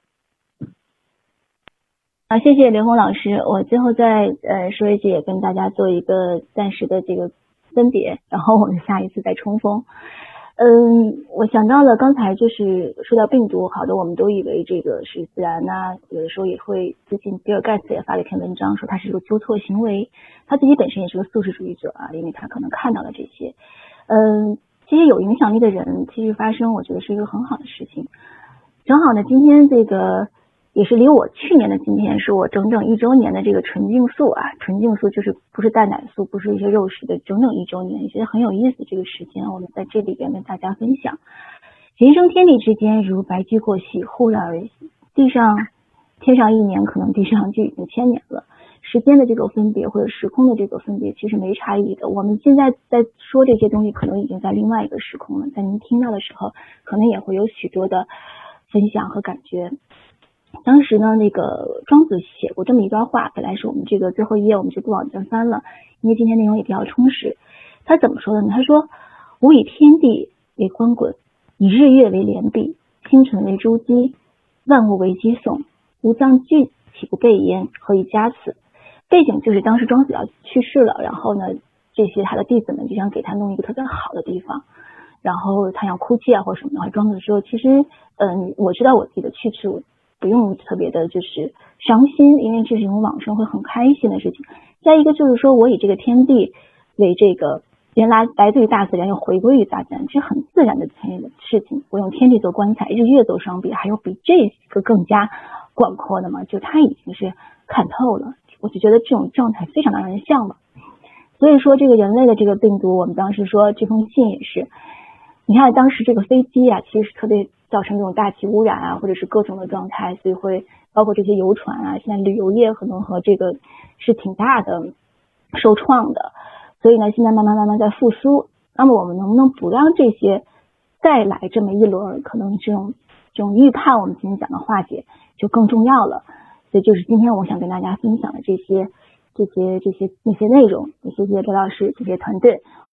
Speaker 2: 好，谢谢刘红老师。我最后再说一句，也跟大家做一个暂时的这个分别，然后我们下一次再冲锋。我想到了刚才就是说到病毒，好的，我们都以为这个是自然有的时候也会，最近比尔盖茨也发了一篇文章说他是一个纠错行为，他自己本身也是个素食主义者因为他可能看到了这些。这些有影响力的人其实发生，我觉得是一个很好的事情。正好呢，今天这个也是离我去年的今天是我整整1周年的这个纯净素纯净素就是不是蛋奶素，不是一些肉食的，整整1周年，也觉得很有意思。这个时间我们在这里边跟大家分享，人生天地之间如白驹过隙，忽然而逝，天上1年，可能地上就已经1000年了。时间的这个分别或者时空的这个分别其实没差异的，我们现在在说这些东西可能已经在另外一个时空了，在您听到的时候可能也会有许多的分享和感觉。当时呢，那个庄子写过这么一段话，本来是我们这个最后一页我们就不往前翻了，因为今天内容也比较充实。他怎么说的呢？他说：吾以天地为观滚，以日月为连璧，星辰为珠玑，万物为机诵，吾将具岂不备焉，何以加此？背景就是当时庄子要去世了，然后呢，这些他的弟子们就想给他弄一个特别好的地方，然后他想哭泣啊或什么的话，庄子说其实我知道我自己的去世，我不用特别的就是伤心，因为这是一种往生会很开心的事情。再一个就是说我以这个天地为这个原来来自于大自然又回归于大自然，这是很自然的事情。我用天地做棺材，日月做双臂，还有比这个更加广阔的吗？就他已经是看透了，我就觉得这种状态非常的让人向往。所以说这个人类的这个病毒，我们当时说这封信也是，你看当时这个飞机啊，其实特别造成这种大气污染啊，或者是各种的状态，所以会包括这些游船啊，现在旅游业可能和这个是挺大的受创的。所以呢，现在慢慢在复苏。那么我们能不能不让这些再来这么一轮，可能这种预判，我们今天讲的化解就更重要了。所以就是今天我想跟大家分享的那些内容，也谢谢周老师，这些团队。